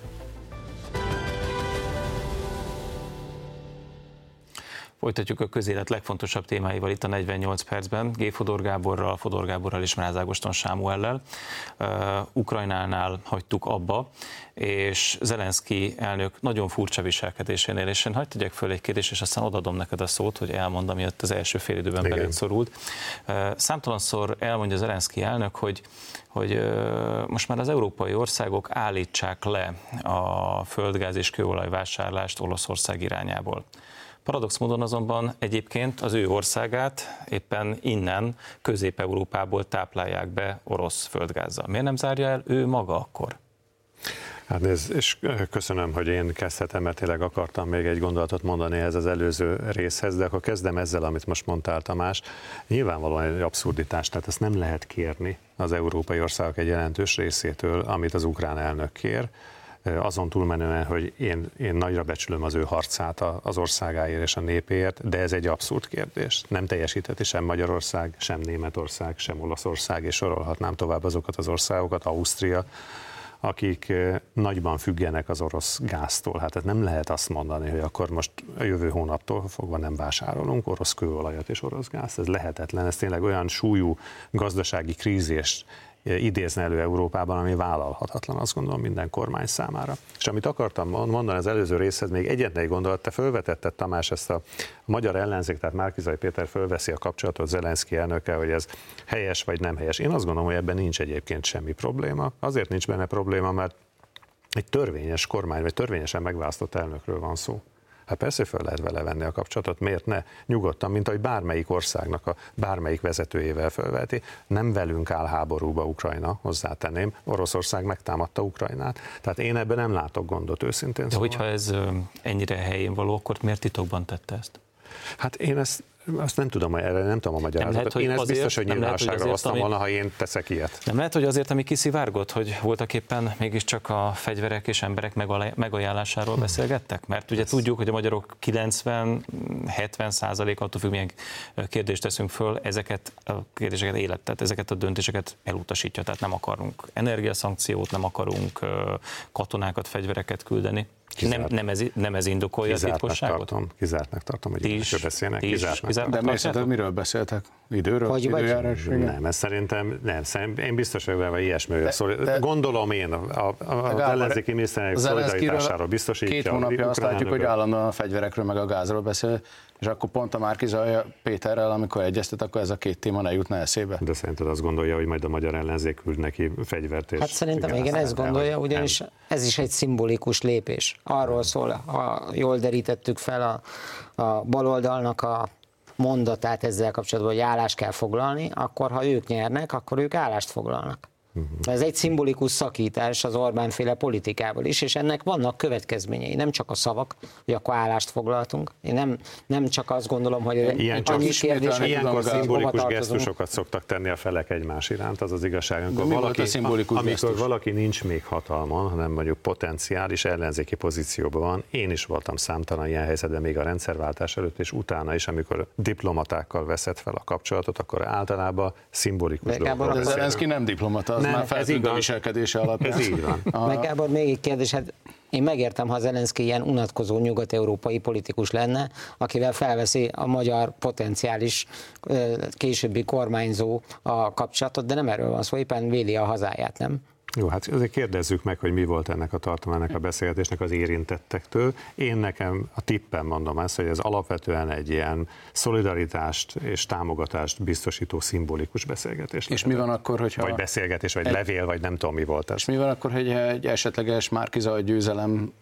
Folytatjuk a közélet legfontosabb témáival itt a negyvennyolc percben. G. Fodor Gáborral, Fodor Gáborral és Mráz Ágoston Sámuellel. Uh, Ukrajnánál hagytuk abba, és Zelenszkij elnök nagyon furcsa viselkedésénél, és én hagyd tegyek föl egy kérdést, és aztán odadom neked a szót, hogy elmondom, miatt az első fél időben belét szorult. Uh, számtalanszor elmondja Zelenszkij elnök, hogy hogy uh, most már az európai országok állítsák le a földgáz és kőolaj vásárlást Olaszország irányából. Paradox módon azonban egyébként az ő országát éppen innen, Közép-Európából táplálják be orosz földgázzal. Miért nem zárja el ő maga akkor? Hát nézd, és köszönöm, hogy én kezdhetem, mert tényleg akartam még egy gondolatot mondani ehhez az előző részhez, de akkor kezdem ezzel, amit most mondtál, Tamás. Nyilvánvalóan egy abszurditás, tehát ezt nem lehet kérni az európai országok egy jelentős részétől, amit az ukrán elnök kér. Azon túlmenően, hogy én, én nagyra becsülöm az ő harcát az országáért és a népéért, de ez egy abszurd kérdés. Nem teljesítheti sem Magyarország, sem Németország, sem Olaszország, és sorolhatnám tovább azokat az országokat, Ausztria, akik nagyban függenek az orosz gáztól. Hát tehát nem lehet azt mondani, hogy akkor most a jövő hónaptól fogva nem vásárolunk orosz kőolajat és orosz gázt. Ez lehetetlen, ez tényleg olyan súlyú gazdasági krízist idézne elő Európában, ami vállalhatatlan, azt gondolom, minden kormány számára. És amit akartam mondani az előző részhez, még egyetlen egy gondolat, te fölvetetted, Tamás, ezt a, a magyar ellenzék, tehát Márki-Zay Péter fölveszi a kapcsolatot Zelenszky elnökkel, hogy ez helyes vagy nem helyes. Én azt gondolom, hogy ebben nincs egyébként semmi probléma. Azért nincs benne probléma, mert egy törvényes kormány, vagy törvényesen megválasztott elnökről van szó. Hát persze föl lehet vele venni a kapcsolatot, miért ne? Nyugodtan, mint ahogy bármelyik országnak a bármelyik vezetőjével fölveti. Nem velünk áll háborúba Ukrajna, hozzátenném, Oroszország megtámadta Ukrajnát. Tehát én ebben nem látok gondot, őszintén De szóval. hogyha ez ennyire helyén való, akkor miért titokban tette ezt? Hát én ezt Azt nem tudom, erre nem tudom a magyarázatot. Én ezt biztos, hogy nyilvánosságra hoztam volna, ha én teszek ilyet. Nem lehet, hogy azért, ami kiszivárgott, hogy voltak éppen mégiscsak a fegyverek és emberek megajánlásáról beszélgettek? Mert ugye tudjuk, hogy a magyarok kilencven-hetven százalék, attól függ, milyen kérdést teszünk föl, ezeket a kérdéseket életet, ezeket a döntéseket elutasítja. Tehát nem akarunk energiaszankciót, nem akarunk katonákat, fegyvereket küldeni. Nem, nem, ez, nem ez indokolja a titkosságot? Tartom, kizártnak tartom, hogy ilyenekről beszélnek. De miért szerinted miről beszéltek? Időről? Időjárás? Nem, ez szerintem, nem, szerintem én biztos vagyok benne, hogy ilyesmiről szól. Gondolom én, az ellenzéki miniszterelnök szolidaritásáról biztosítja. Két hónapja azt látjuk, hogy állandóan a fegyverekről meg a gázról beszél, és akkor pont a Márki-Zay Péterrel, amikor egyeztet, akkor ez a két téma ne jutna eszébe. De szerinted azt gondolja, hogy majd a magyar ellenzék küld neki fegyvert és Hát szerintem igen, ezt gondolja, ugyanis nem. Ez is egy szimbolikus lépés. Arról szól, ha jól derítettük fel a, a baloldalnak a mondatát ezzel kapcsolatban, hogy állást kell foglalni, akkor ha ők nyernek, akkor ők állást foglalnak. Uh-huh. Ez egy szimbolikus szakítás az Orbán-féle politikával is, és ennek vannak következményei, nem csak a szavak, hogy akkor állást foglaltunk. Én nem, nem csak azt gondolom, hogy ilyen annyi kérdés, hogy ilyenkor szimbolikus gesztusokat szoktak tenni a felek egymás iránt, az az igazság. Amikor, valaki, a amikor valaki nincs még hatalmon, hanem mondjuk potenciális ellenzéki pozícióban van, én is voltam számtalan ilyen helyzetben még a rendszerváltás előtt, és utána is, amikor diplomatákkal veszed fel a kapcsolatot, akkor általában szimbolikus dolgok. De Zelenszky nem diplomata. Az nem, már feltűnt a viselkedése alapján. Ez így van. Meg Gábor, még egy kérdés, hát én megértem, ha Zelenszky ilyen unatkozó nyugat-európai politikus lenne, akivel felveszi a magyar potenciális későbbi kormányzó a kapcsolatot, de nem erről van szó, éppen véli a hazáját, nem? Jó, hát azért kérdezzük meg, hogy mi volt ennek a tartalmának a beszélgetésnek az érintettektől. Én nekem a tippem mondom ezt, hogy ez alapvetően egy ilyen szolidaritást és támogatást biztosító szimbolikus beszélgetés. És mi van akkor, hogyha... Vagy beszélgetés, vagy egy... levél, vagy nem tudom, mi volt ez. És mi van akkor, hogy egy esetleges Márki-Zay győzelem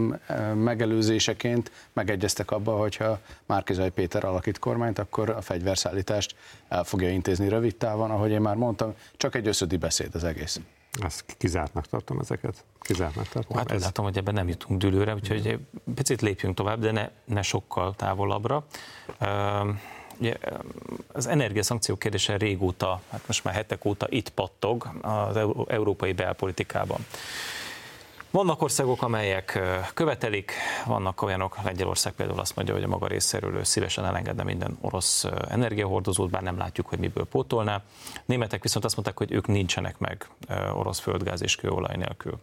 megelőzéseként megegyeztek abba, hogyha Márki-Zay Péter alakít kormányt, akkor a fegyverszállítást el fogja intézni rövid távon, ahogy én már mondtam, csak egy összödi beszéd az egész. Azt kizártnak tartom ezeket. Kizártnak tartom. Hát ez... látom, hogy ebben nem jutunk dűlőre, úgyhogy egy picit lépjünk tovább, de ne, ne sokkal távolabbra. Ugye, az energiaszankciók kérdése régóta, hát most már hetek óta itt pattog az európai belpolitikában. Vannak országok, amelyek követelik, vannak olyanok, Lengyelország például azt mondja, hogy a maga részéről ő szívesen elengedne minden orosz energiahordozót, bár nem látjuk, hogy miből pótolná. Németek viszont azt mondták, hogy ők nincsenek meg orosz földgáz és kőolaj nélkül.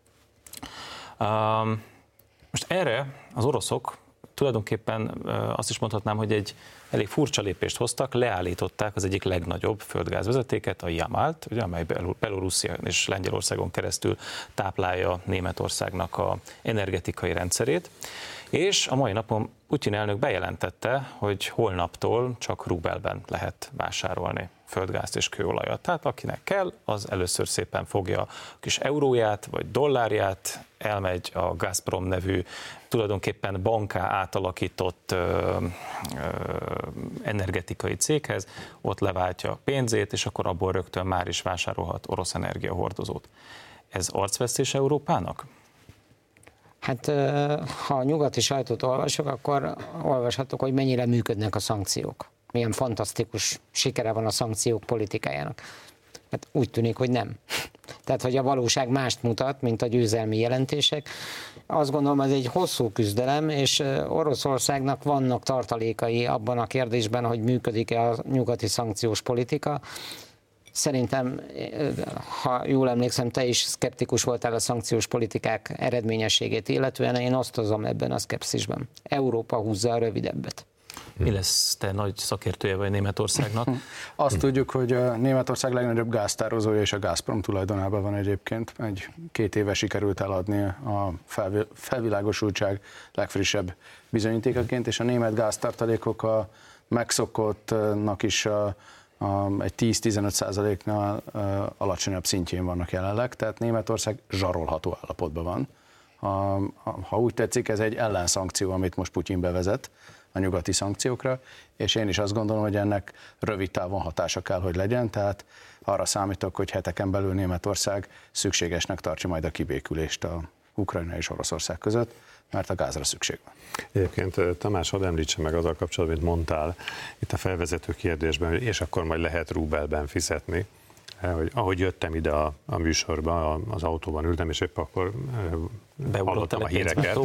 Most erre az oroszok tulajdonképpen azt is mondhatnám, hogy egy elég furcsa lépést hoztak, leállították az egyik legnagyobb földgázvezetéket, a Jamalt, ugye, amely Belorusszia és Lengyelországon keresztül táplálja Németországnak az energetikai rendszerét, és a mai napon Putyin elnök bejelentette, hogy holnaptól csak rubelben lehet vásárolni földgázt és kőolajat. Tehát akinek kell, az először szépen fogja a kis euróját vagy dollárját, elmegy a Gazprom nevű, tulajdonképpen banká átalakított ö, ö, energetikai céghez, ott leváltja a pénzét, és akkor abból rögtön már is vásárolhat orosz energiahordozót. Ez arcvesztés Európának? Hát ha a nyugati sajtót olvasok, akkor olvashatok, hogy mennyire működnek a szankciók. Milyen fantasztikus sikere van a szankciók politikájának. Hát úgy tűnik, hogy nem. Tehát, hogy a valóság mást mutat, mint a győzelmi jelentések. Azt gondolom, ez egy hosszú küzdelem, és Oroszországnak vannak tartalékai abban a kérdésben, hogy működik-e a nyugati szankciós politika. Szerintem, ha jól emlékszem, te is szkeptikus voltál a szankciós politikák eredményességét illetően, én osztozom ebben a szkepszisben. Európa húzza a rövidebbet. Mi lesz, te nagy szakértője vagy Németországnak? Azt tudjuk, hogy a Németország legnagyobb gáztározója és a Gazprom tulajdonában van egyébként. Egy két éve sikerült eladni a felvilágosultság legfrissebb bizonyítékaként, és a német gáztartalékok a megszokottnak is a A, egy tíz-tizenöt százaléknál alacsonyabb szintjén vannak jelenleg, tehát Németország zsarolható állapotban van. Ha, ha úgy tetszik, ez egy ellenszankció, amit most Putyin bevezet a nyugati szankciókra, és én is azt gondolom, hogy ennek rövid távon hatása kell, hogy legyen, tehát arra számítok, hogy heteken belül Németország szükségesnek tartja majd a kibékülést a Ukrajna és Oroszország között, mert a gázra szükség van. Egyébként Tamás, hadd említse meg azzal kapcsolatban, amit mondtál itt a felvezető kérdésben, és akkor majd lehet rubelben fizetni. Hogy ahogy jöttem ide a, a műsorba, az autóban ültem, és épp akkor hallottam a híreket.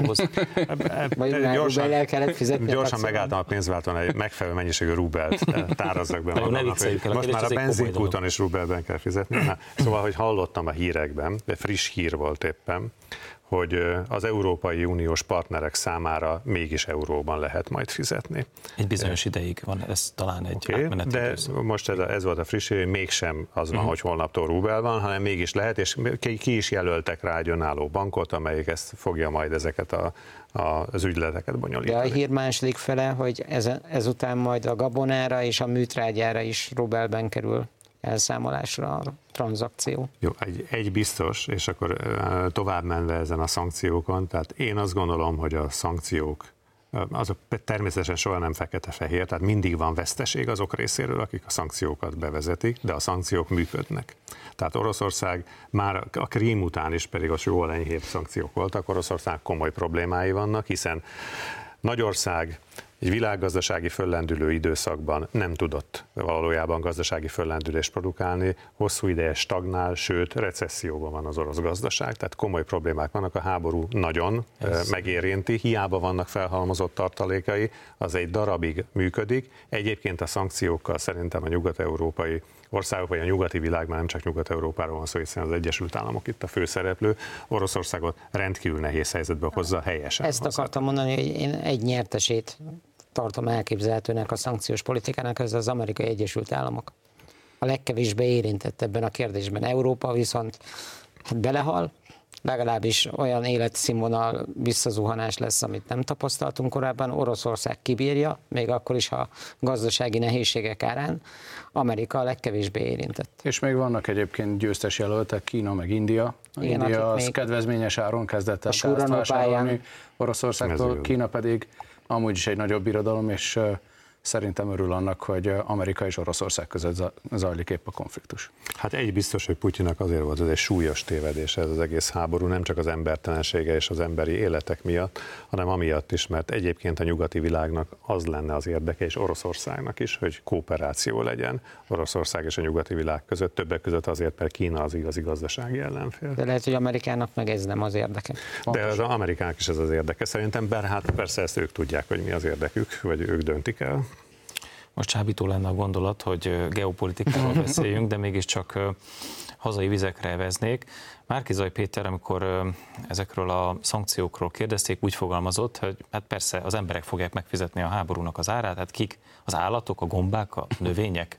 Gyorsan, kellett fizetni gyorsan megálltam a pénzváltóan, egy megfelelő mennyiségű rubelt tározzak be magamnak, hogy most már a benzinkúton is rubelben kell fizetni. Na, szóval, hogy hallottam a hírekben, de friss hír volt éppen, hogy az Európai Uniós partnerek számára mégis euróban lehet majd fizetni. Egy bizonyos ideig van, ez talán egy okay, átmeneti de időszak. most ez, ez volt a friss, hogy mégsem az van, uh-huh. hogy holnaptól rubel van, hanem mégis lehet, és ki, ki is jelöltek rá egy önálló bankot, amelyik ezt fogja majd ezeket a, a, az ügyleteket bonyolítani. De a hír második fele, hogy ez, ezután majd a gabonára és a műtrágyára is rubelben kerül elszámolásra a tranzakció. Jó, egy, egy biztos, és akkor tovább menve ezen a szankciókon, tehát én azt gondolom, hogy a szankciók, azok természetesen soha nem fekete-fehér, tehát mindig van veszteség azok részéről, akik a szankciókat bevezetik, de a szankciók működnek. Tehát Oroszország már a Krím után is, pedig az jóval enyhébb szankciók voltak, Oroszország komoly problémái vannak, hiszen Nagyország egy világgazdasági föllendülő időszakban nem tudott valójában gazdasági föllendülést produkálni, hosszú ideje stagnál, sőt recesszióban van az orosz gazdaság, tehát komoly problémák vannak, a háború nagyon Ez. megérinti, hiába vannak felhalmozott tartalékai, az egy darabig működik. Egyébként a szankciókkal szerintem a nyugat-európai országok, vagy a nyugati világ, már nem csak Nyugat-Európáról van szó, hiszen az Egyesült Államok itt a főszereplő, Oroszországot rendkívül nehéz helyzetbe hozza helyesen. Ezt akartam mondani, hogy én egy nyertesét tartom elképzelhetőnek a szankciós politikának, ez az Amerikai Egyesült Államok. A legkevésbé érintett ebben a kérdésben. Európa viszont hát belehal, legalábbis olyan életszínvonal visszazuhanás lesz, amit nem tapasztaltunk korábban. Oroszország kibírja, még akkor is, ha gazdasági nehézségek árán. Amerika a legkevésbé érintett. És még vannak egyébként győztes jelöltek, Kína meg India. Igen, India az kedvezményes áron kezdett el gázt vásárolni Oroszországtól, Kína pedig amúgy is egy nagyobb birodalom, és szerintem örül annak, hogy Amerika és Oroszország között zajlik épp a konfliktus. Hát egy biztos, hogy Putyinak azért volt ez egy súlyos tévedés ez az egész háború, nem csak az embertelensége és az emberi életek miatt, hanem amiatt is, mert egyébként a nyugati világnak az lenne az érdeke, és Oroszországnak is, hogy kooperáció legyen Oroszország és a nyugati világ között, többek között azért, mert Kína az igazi gazdasági ellenfél. De lehet, hogy Amerikának meg ez nem az érdeke. De az Amerikának is ez az érdeke szerintem, bár hát persze ezt ők tudják, hogy mi az érdekük, vagy ők döntik el. Most csábító lenne a gondolat, hogy geopolitikáról beszéljünk, de mégiscsak hazai vizekre veznék. Márki-Zay Péter, amikor ezekről a szankciókról kérdezték, úgy fogalmazott, hogy hát persze az emberek fogják megfizetni a háborúnak az árát, hát kik? Az állatok, a gombák, a növények?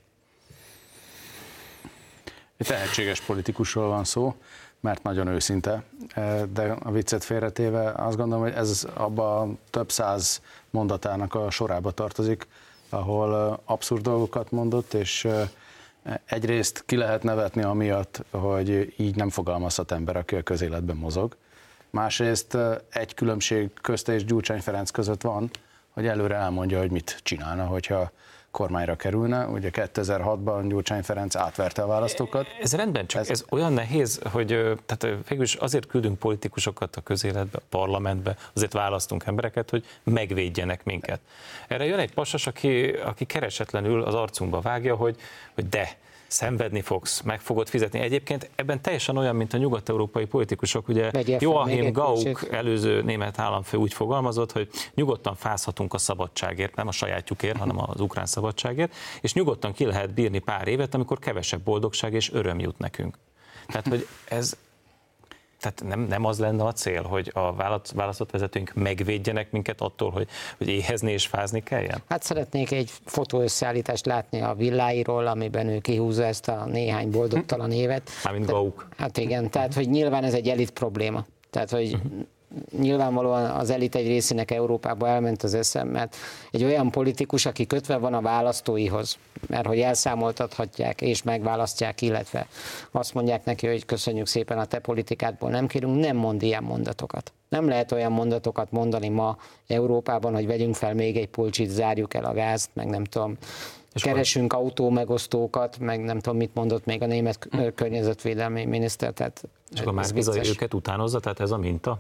Egy tehetséges politikusról van szó, mert nagyon őszinte, de a viccet félretéve azt gondolom, hogy ez abba a több száz mondatának a sorába tartozik, ahol abszurd dolgokat mondott, és egyrészt ki lehet nevetni amiatt, hogy így nem fogalmazhat ember, aki a közéletben mozog. Másrészt egy különbség közte és Gyurcsány Ferenc között van, hogy előre elmondja, hogy mit csinálna, hogyha kormányra kerülne. Ugye kétezer-hatban Gyurcsány Ferenc átverte a választókat. Ez rendben, csak ez, ez olyan nehéz, hogy tehát végülis azért küldünk politikusokat a közéletbe, a parlamentbe, azért választunk embereket, hogy megvédjenek minket. Erre jön egy pasas, aki, aki keresetlenül az arcunkba vágja, hogy, hogy de, szenvedni fogsz, meg fogod fizetni. Egyébként ebben teljesen olyan, mint a nyugat-európai politikusok, ugye Joachim Gauck, előző német államfő úgy fogalmazott, hogy nyugodtan fázhatunk a szabadságért, nem a sajátjukért, hanem az ukrán szabadságért, és nyugodtan ki lehet bírni pár évet, amikor kevesebb boldogság és öröm jut nekünk. Tehát, hogy ez Tehát nem, nem az lenne a cél, hogy a választott vezetőink megvédjenek minket attól, hogy, hogy éhezni és fázni kelljen? Hát szeretnék egy fotóösszeállítást látni a villáiról, amiben ő kihúzza ezt a néhány boldogtalan évet. Mármint Gauck. Hát igen, tehát hogy nyilván ez egy elit probléma. Tehát, hogy nyilvánvalóan az elit egy részének Európába elment az eszem, mert egy olyan politikus, aki kötve van a választóihoz, mert hogy elszámoltathatják és megválasztják, illetve azt mondják neki, hogy köszönjük szépen a te politikádból, nem kérünk, nem mond ilyen mondatokat. Nem lehet olyan mondatokat mondani ma Európában, hogy vegyünk fel még egy pulcsit, zárjuk el a gázt, meg nem tudom, és keresünk van autómegosztókat, meg nem tudom, mit mondott még a német környezetvédelmi miniszter. Tehát csak a Márki-Zay őket utánozza, tehát ez a minta?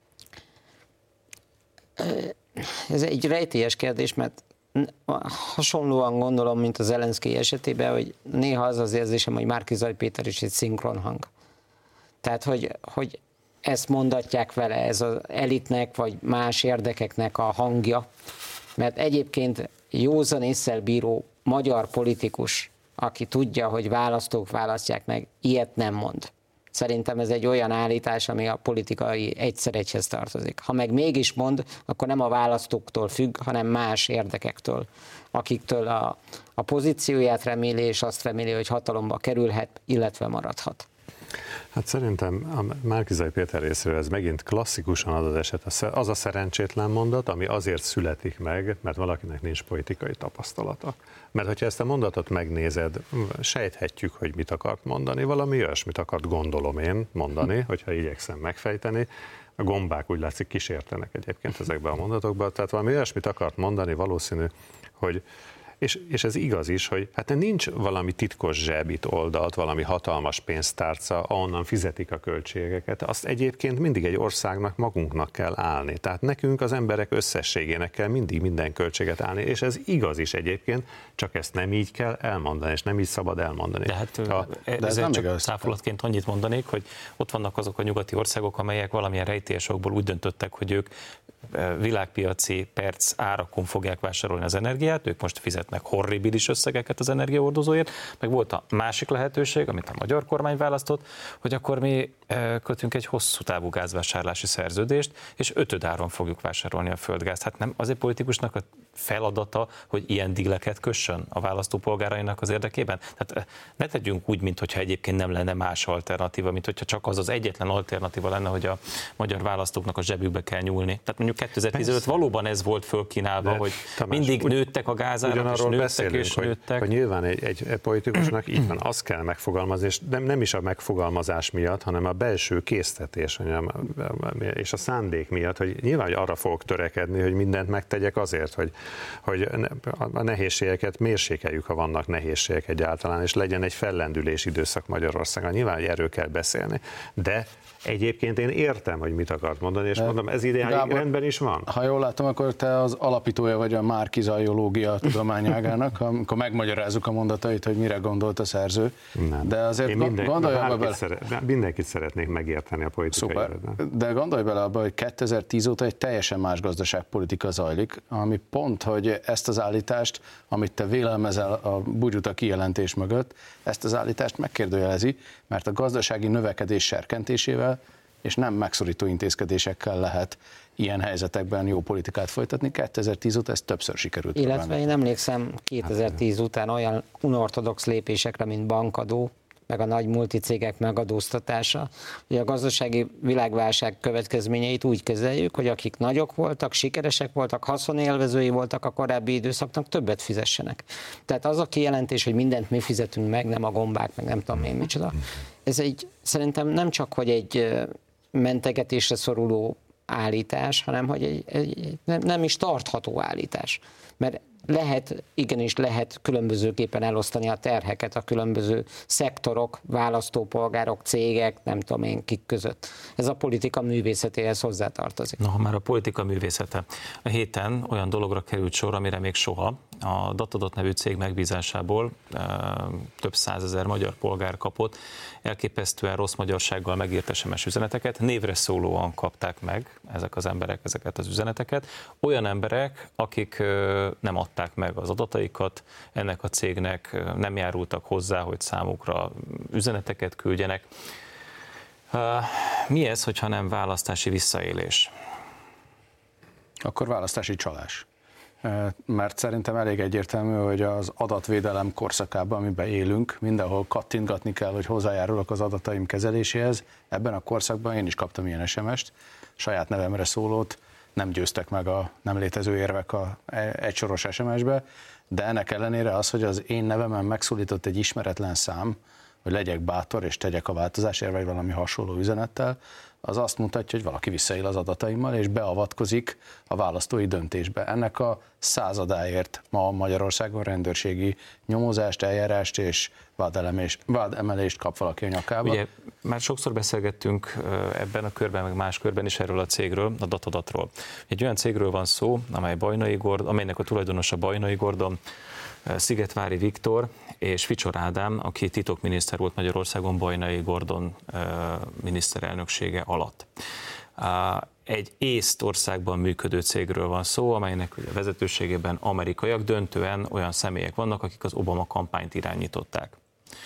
Ez egy rejtélyes kérdés, mert hasonlóan gondolom, mint az Zelenszkij esetében, hogy néha az az érzésem, hogy Márki-Zay Péter is egy szinkron hang. Tehát, hogy, hogy ezt mondatják vele, ez az elitnek, vagy más érdekeknek a hangja, mert egyébként józan ésszel bíró magyar politikus, aki tudja, hogy választók választják meg, ilyet nem mond. Szerintem ez egy olyan állítás, ami a politikai egyszer egyhez tartozik. Ha meg mégis mond, akkor nem a választóktól függ, hanem más érdekektől, akiktől a, a pozícióját reméli, és azt reméli, hogy hatalomba kerülhet, illetve maradhat. Hát szerintem a Márki-Zay Péter részéről ez megint klasszikusan az az eset, az a szerencsétlen mondat, ami azért születik meg, mert valakinek nincs politikai tapasztalata. Mert hogyha ezt a mondatot megnézed, sejthetjük, hogy mit akart mondani, valami olyasmit akart, gondolom én mondani, hogyha igyekszem megfejteni. A gombák úgy látszik kísértenek egyébként ezekben a mondatokban, tehát valami olyasmit akart mondani, valószínű, hogy És, és ez igaz is, hogy hát nincs valami titkos zsebit oldalt, valami hatalmas pénztárca, ahonnan fizetik a költségeket. Azt egyébként mindig egy országnak magunknak kell állni. Tehát nekünk az emberek összességének kell mindig minden költséget állni, és ez igaz is egyébként, csak ezt nem így kell elmondani, és nem így szabad elmondani. De hát a, de ez nem csak száfolatként annyit mondanék, hogy ott vannak azok a nyugati országok, amelyek valamilyen rejtélyesokból úgy döntöttek, hogy ők világpiaci perc árakon fogják vásárolni az energiát, ők most fizetnek horribilis összegeket az energiaordozóért, meg volt a másik lehetőség, amit a magyar kormány választott, hogy akkor mi kötünk egy hosszú távú gázvásárlási szerződést, és ötödáron fogjuk vásárolni a földgázt. Hát nem az egy politikusnak a feladata, hogy ilyen díleket kössön a választópolgárainak az érdekében? Tehát ne tegyünk úgy, mintha egyébként nem lenne más alternatíva, mint hogyha csak az az egyetlen alternatíva lenne, hogy a magyar választóknak a zsebükbe kell nyúlni. Tehát mondjuk kétezer-tizenöt valóban ez volt fölkínálva, de, hogy Tamás, mindig ugy, nőttek a gázárak, és nőttek és hogy, nőttek. Hogy nyilván egy, egy politikusnak így van, azt kell megfogalmazni, és nem, nem is a megfogalmazás miatt, hanem a belső késztetés és a szándék miatt, hogy nyilván hogy arra fogok törekedni, hogy mindent megtegyek azért, hogy, hogy a nehézségeket mérsékeljük, ha vannak nehézségek egyáltalán, és legyen egy fellendülés időszak Magyarországon. Nyilván, hogy erről kell beszélni, de egyébként én értem, hogy mit akart mondani, és de, mondom, ez ideáig rendben is van. Ha jól látom, akkor te az alapítója vagy a Márki-Zayológia tudományágának, amikor megmagyarázzuk a mondatait, hogy mire gondolt a szerző. Nem. De azért én minden, gondolj abba bele... Szeret, mindenkit szeretnék megérteni a politikai életben. De gondolj bele abba, hogy kétezer-tíz óta egy teljesen más gazdaságpolitika zajlik, ami pont, hogy ezt az állítást, amit te vélelmezel a bugyuta kijelentés mögött, ezt az állítást megkérdőjelezi, mert a gazdasági növekedés serkentésével és nem megszorító intézkedésekkel lehet ilyen helyzetekben jó politikát folytatni. kétezer-tíz óta ez többször sikerült. Illetve próbálni. Én emlékszem kétezer-tíz után olyan unortodox lépésekre, mint bankadó, meg a nagy multicégek megadóztatása, hogy a gazdasági világválság következményeit úgy kezeljük, hogy akik nagyok voltak, sikeresek voltak, haszonélvezői voltak a korábbi időszaknak, többet fizessenek. Tehát az a kijelentés, hogy mindent mi fizetünk meg, nem a gombák, meg nem tudom én micsoda, ez egy, szerintem nem csak, hogy egy mentegetésre szoruló állítás, hanem hogy egy, egy, nem, nem is tartható állítás. Mert lehet, igenis lehet különbözőképpen elosztani a terheket a különböző szektorok, választópolgárok, cégek, nem tudom én kik között. Ez a politika művészetéhez hozzátartozik. Na, ha már a politika művészete. A héten olyan dologra került sor, amire még soha. A Datadot nevű cég megbízásából e, több százezer magyar polgár kapott elképesztően rossz magyarsággal megírt es em es üzeneteket, névre szólóan kapták meg ezek az emberek ezeket az üzeneteket. Olyan emberek, akik e, nem adták meg az adataikat ennek a cégnek, nem járultak hozzá, hogy számukra üzeneteket küldjenek. E, mi ez, hogyha nem választási visszaélés? Akkor választási csalás. Mert szerintem elég egyértelmű, hogy az adatvédelem korszakában, amiben élünk, mindenhol kattintgatni kell, hogy hozzájárulok az adataim kezeléséhez. Ebben a korszakban én is kaptam ilyen es em est, saját nevemre szólót, nem győztek meg a nem létező érvek a egysoros es em esbe, de ennek ellenére az, hogy az én nevemen megszólított egy ismeretlen szám, hogy legyek bátor és tegyek a változásért, vagy valami hasonló üzenettel, az azt mutatja, hogy valaki visszaél az adataimmal, és beavatkozik a választói döntésbe. Ennek a századáért ma Magyarországon rendőrségi nyomozást, eljárást és vádemelést, vádemelést kap valaki a nyakába. Ugye már sokszor beszélgettünk ebben a körben, meg más körben is erről a cégről, a Datadatról. Egy olyan cégről van szó, amely Bajnai Gordon, amelynek a tulajdonosa Bajnai Gordon, Szigetvári Viktor és Ficsor Ádám, aki titokminiszter volt Magyarországon Bajnai Gordon miniszterelnöksége alatt. Egy észt országban működő cégről van szó, amelynek a vezetőségében amerikaiak, döntően olyan személyek vannak, akik az Obama kampányt irányították.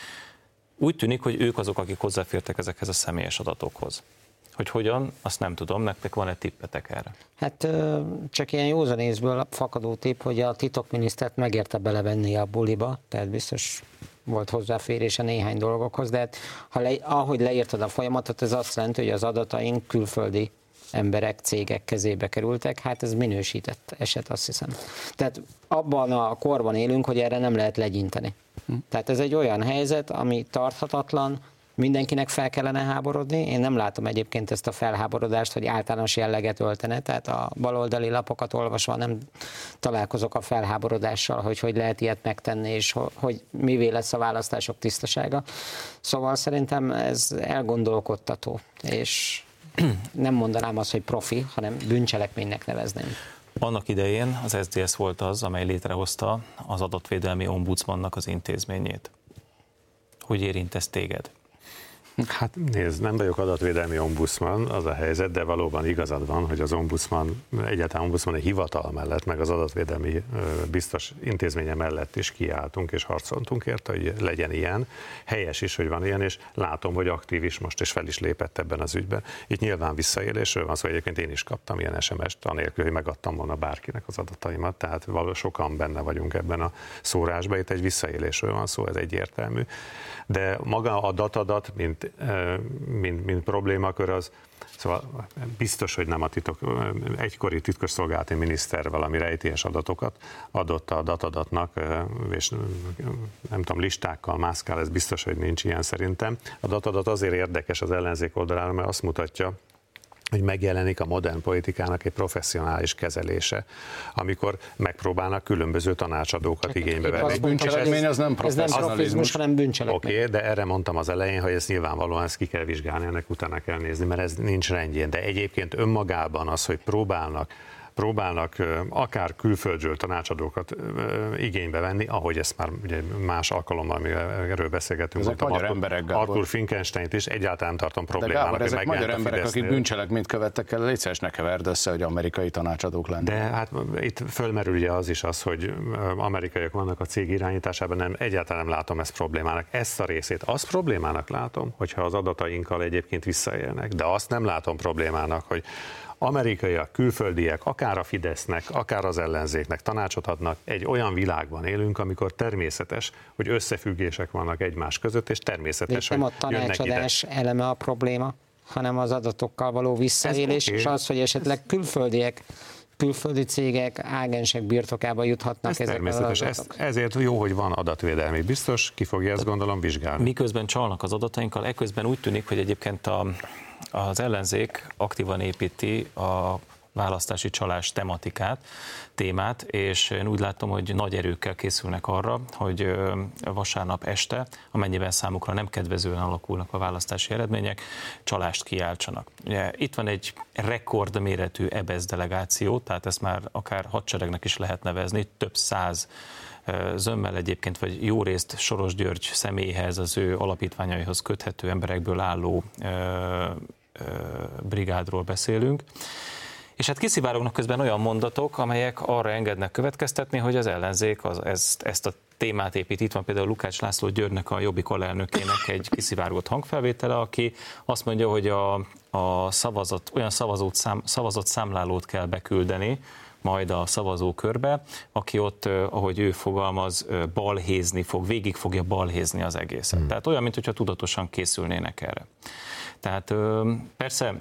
Úgy tűnik, hogy ők azok, akik hozzáfértek ezekhez a személyes adatokhoz. Hogy hogyan, azt nem tudom, nektek van-e tippetek erre? Hát csak ilyen józanészből fakadó tipp, hogy a titokminisztert megérte belevenni a buliba, tehát biztos volt hozzáférése néhány dolgokhoz, de hát, ha le, ahogy leírtad a folyamatot, ez azt jelenti, hogy az adataink külföldi emberek, cégek kezébe kerültek, hát ez minősített eset, azt hiszem. Tehát abban a korban élünk, hogy erre nem lehet legyinteni. Hm. Tehát ez egy olyan helyzet, ami tarthatatlan, mindenkinek fel kellene háborodni. Én nem látom egyébként ezt a felháborodást, hogy általános jelleget öltene, tehát a baloldali lapokat olvasva nem találkozok a felháborodással, hogy hogy lehet ilyet megtenni, és hogy mivé lesz a választások tisztasága. Szóval szerintem ez elgondolkodtató, és nem mondanám azt, hogy profi, hanem bűncselekménynek nevezném. Annak idején az es zé dé es volt az, amely létrehozta az adatvédelmi ombudsmannak az intézményét. Hogy érint ez téged? Hát nézd, nem vagyok adatvédelmi ombudsman, az a helyzet, de valóban igazad van, hogy az ombudsman, egyáltalán ombudsman egy hivatal mellett, meg az adatvédelmi biztos intézménye mellett is kiálltunk és harcoltunk érte, hogy legyen ilyen. Helyes is, hogy van ilyen, és látom, hogy aktív is most, és fel is lépett ebben az ügyben. Itt nyilván visszaélésről van szó, szóval egyébként én is kaptam ilyen es em est, anélkül, hogy megadtam volna bárkinek az adataimat, tehát valóban sokan benne vagyunk ebben a szórásban, itt egy visszaélésről van szó, ez egyértelmű. De maga a datadat, mint Mint, mint problémakör az, szóval biztos, hogy nem a titok, egykori titkosszolgálati miniszter valami rejtélyes adatokat adott a datadatnak, és nem tudom, listákkal mászkál, ez biztos, hogy nincs ilyen szerintem. A datadat azért érdekes az ellenzék oldalára, mert azt mutatja, hogy megjelenik a modern politikának egy professzionális kezelése, amikor megpróbálnak különböző tanácsadókat igénybe venni. Az bűncselekmény, az nem professzionalizmus, hanem bűncselekmény. Oké, okay, de erre mondtam az elején, hogy ezt nyilvánvalóan ezt ki kell vizsgálni, ennek utána kell nézni, mert ez nincs rendjén. De egyébként önmagában az, hogy próbálnak próbálnak akár külföldről tanácsadókat igénybe venni, ahogy ezt már ugye más alkalommal, amivel erről beszélgetünk, ezek magyar Arthur, emberek, Gábor. Arthur Finkensteint is egyáltalán tartom problémának. De Gábor, ezek magyar emberek, akik bűncselekményt követtek el, légy szíves, ne keverd össze, hogy amerikai tanácsadók lennek. De hát itt fölmerül ugye az is az, hogy amerikaiak vannak a cég irányításában, nem, egyáltalán nem látom ezt problémának. Ezt a részét azt problémának látom, hogyha az adatainkkal egyébként visszaélnek, de azt nem látom problémának, hogy amerikaiak, külföldiek, akár a Fidesznek, akár az ellenzéknek tanácsot adnak. Egy olyan világban élünk, amikor természetes, hogy összefüggések vannak egymás között, és természetes, de hogy nem a tanácsadás eleme a probléma, hanem az adatokkal való visszaélés, okay. És az, hogy esetleg külföldiek, külföldi cégek, ágensek birtokába juthatnak ez ezek az adatok. Ez, ezért jó, hogy van adatvédelmi biztos, ki fogja ezt gondolom vizsgálni. Miközben csalnak az adatainkkal, ekközben úgy tűnik, hogy egyébként a az ellenzék aktívan építi a választási csalás tematikát, témát, és én úgy látom, hogy nagy erőkkel készülnek arra, hogy vasárnap este, amennyiben számukra nem kedvezően alakulnak a választási eredmények, csalást kiáltsanak. Ugye, itt van egy rekordméretű é bé e es delegáció, tehát ezt már akár hadseregnek is lehet nevezni, több száz zömmel egyébként, vagy jó részt Soros György személyhez, az ő alapítványaihoz köthető emberekből álló ö, ö, brigádról beszélünk. És hát kiszivárognak közben olyan mondatok, amelyek arra engednek következtetni, hogy az ellenzék az, ezt, ezt a témát épít. Itt van például Lukács László Györgynek, a Jobbik alelnökének egy kiszivárgott hangfelvétele, aki azt mondja, hogy a, a szavazat, olyan szavazót szám, szavazat számlálót kell beküldeni majd a szavazókörbe, aki ott, ahogy ő fogalmaz, balhézni fog, végig fogja balhézni az egészet. Hmm. Tehát olyan, mintha tudatosan készülnének erre. Tehát persze,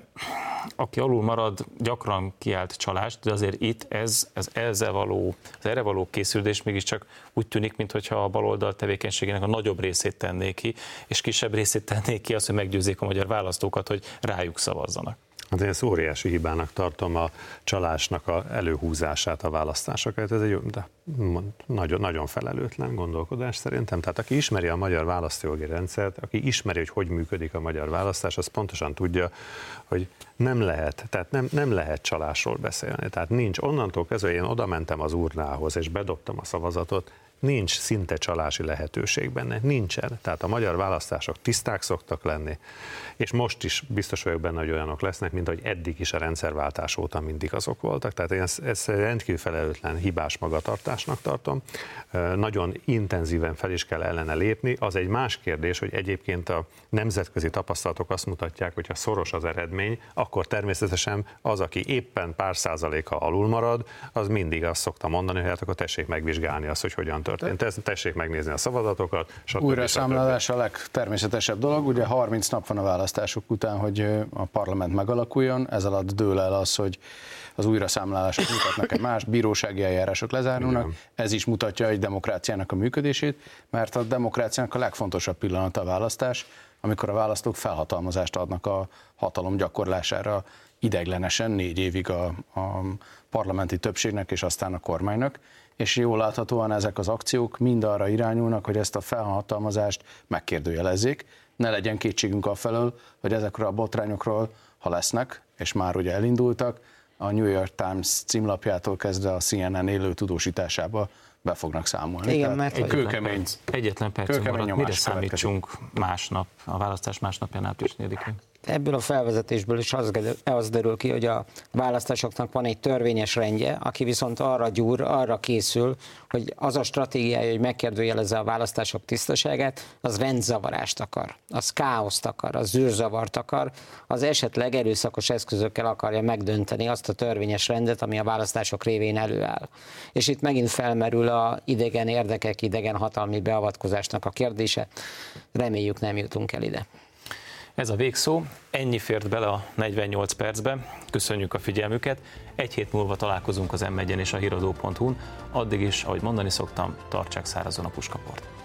aki alul marad, gyakran kiált csalást, de azért itt ez, ez ezzel való, az erre való készülés mégiscsak úgy tűnik, mintha a baloldal tevékenységének a nagyobb részét tennék ki, és kisebb részét tennék ki az, hogy meggyőzzék a magyar választókat, hogy rájuk szavazzanak. Hát én ezt óriási hibának tartom a csalásnak a előhúzását a választásokat. Ez egy de nagyon, nagyon felelőtlen gondolkodás szerintem. Tehát aki ismeri a magyar választójogi rendszert, aki ismeri, hogy hogy működik a magyar választás, az pontosan tudja, hogy nem lehet, tehát nem, nem lehet csalásról beszélni. Tehát nincs, onnantól kezdve én oda mentem az urnához, és bedobtam a szavazatot, nincs szinte csalási lehetőség benne, nincsen. Tehát a magyar választások tiszták szoktak lenni, és most is biztos vagyok benne, hogy olyanok lesznek, mint hogy eddig is a rendszerváltás óta mindig azok voltak. Tehát én ezt, ezt rendkívül felelőtlen, hibás magatartásnak tartom. Nagyon intenzíven fel is kell ellene lépni. Az egy más kérdés, hogy egyébként a nemzetközi tapasztalatok azt mutatják, hogy ha szoros az eredmény, akkor természetesen az, aki éppen pár százaléka alul marad, az mindig azt szokta mondani, hogy hát akkor tessék megvizsgálni azt, hogy hogyan történt. Tessék megnézni a szavazatokat. Újra számlálás a legtermészetesebb dolog. Ugye harminc nap van a választások után, hogy a parlament megalakuljon. Ez alatt dől el az, hogy az újraszámlálások mutatnak-e mást, bírósági eljárások lezárulnak. Igen. Ez is mutatja egy demokráciának a működését, mert a demokráciának a legfontosabb pillanata a választás, amikor a választók felhatalmazást adnak a hatalom gyakorlására ideiglenesen négy évig a, a parlamenti többségnek és aztán a kormánynak, és jól láthatóan ezek az akciók mind arra irányulnak, hogy ezt a felhatalmazást megkérdőjelezzék. Ne legyen kétségünk afelől, hogy ezekről a botrányokról, ha lesznek, és már ugye elindultak, a New York Times címlapjától kezdve a cé en en élő tudósításába be fognak számolni. Igen, mert egy kőkemény, egyetlen perc maradt, mire számítsunk másnap, a választás másnapján április négyedikén? Ebből a felvezetésből is az, az derül ki, hogy a választásoknak van egy törvényes rendje, aki viszont arra gyúr, arra készül, hogy az a stratégiája, hogy megkérdőjelezze a választások tisztaságát, az rendzavarást akar, az káoszt akar, az zűrzavart akar, az esetleg erőszakos eszközökkel akarja megdönteni azt a törvényes rendet, ami a választások révén előáll. És itt megint felmerül a idegen érdekek, idegen hatalmi beavatkozásnak a kérdése. Reméljük, nem jutunk el ide. Ez a végszó, ennyi fért bele a negyvennyolc percbe, köszönjük a figyelmüket, egy hét múlva találkozunk az em egyen és a híradó pont hu-n, addig is, ahogy mondani szoktam, tartsák szárazon a puskaport.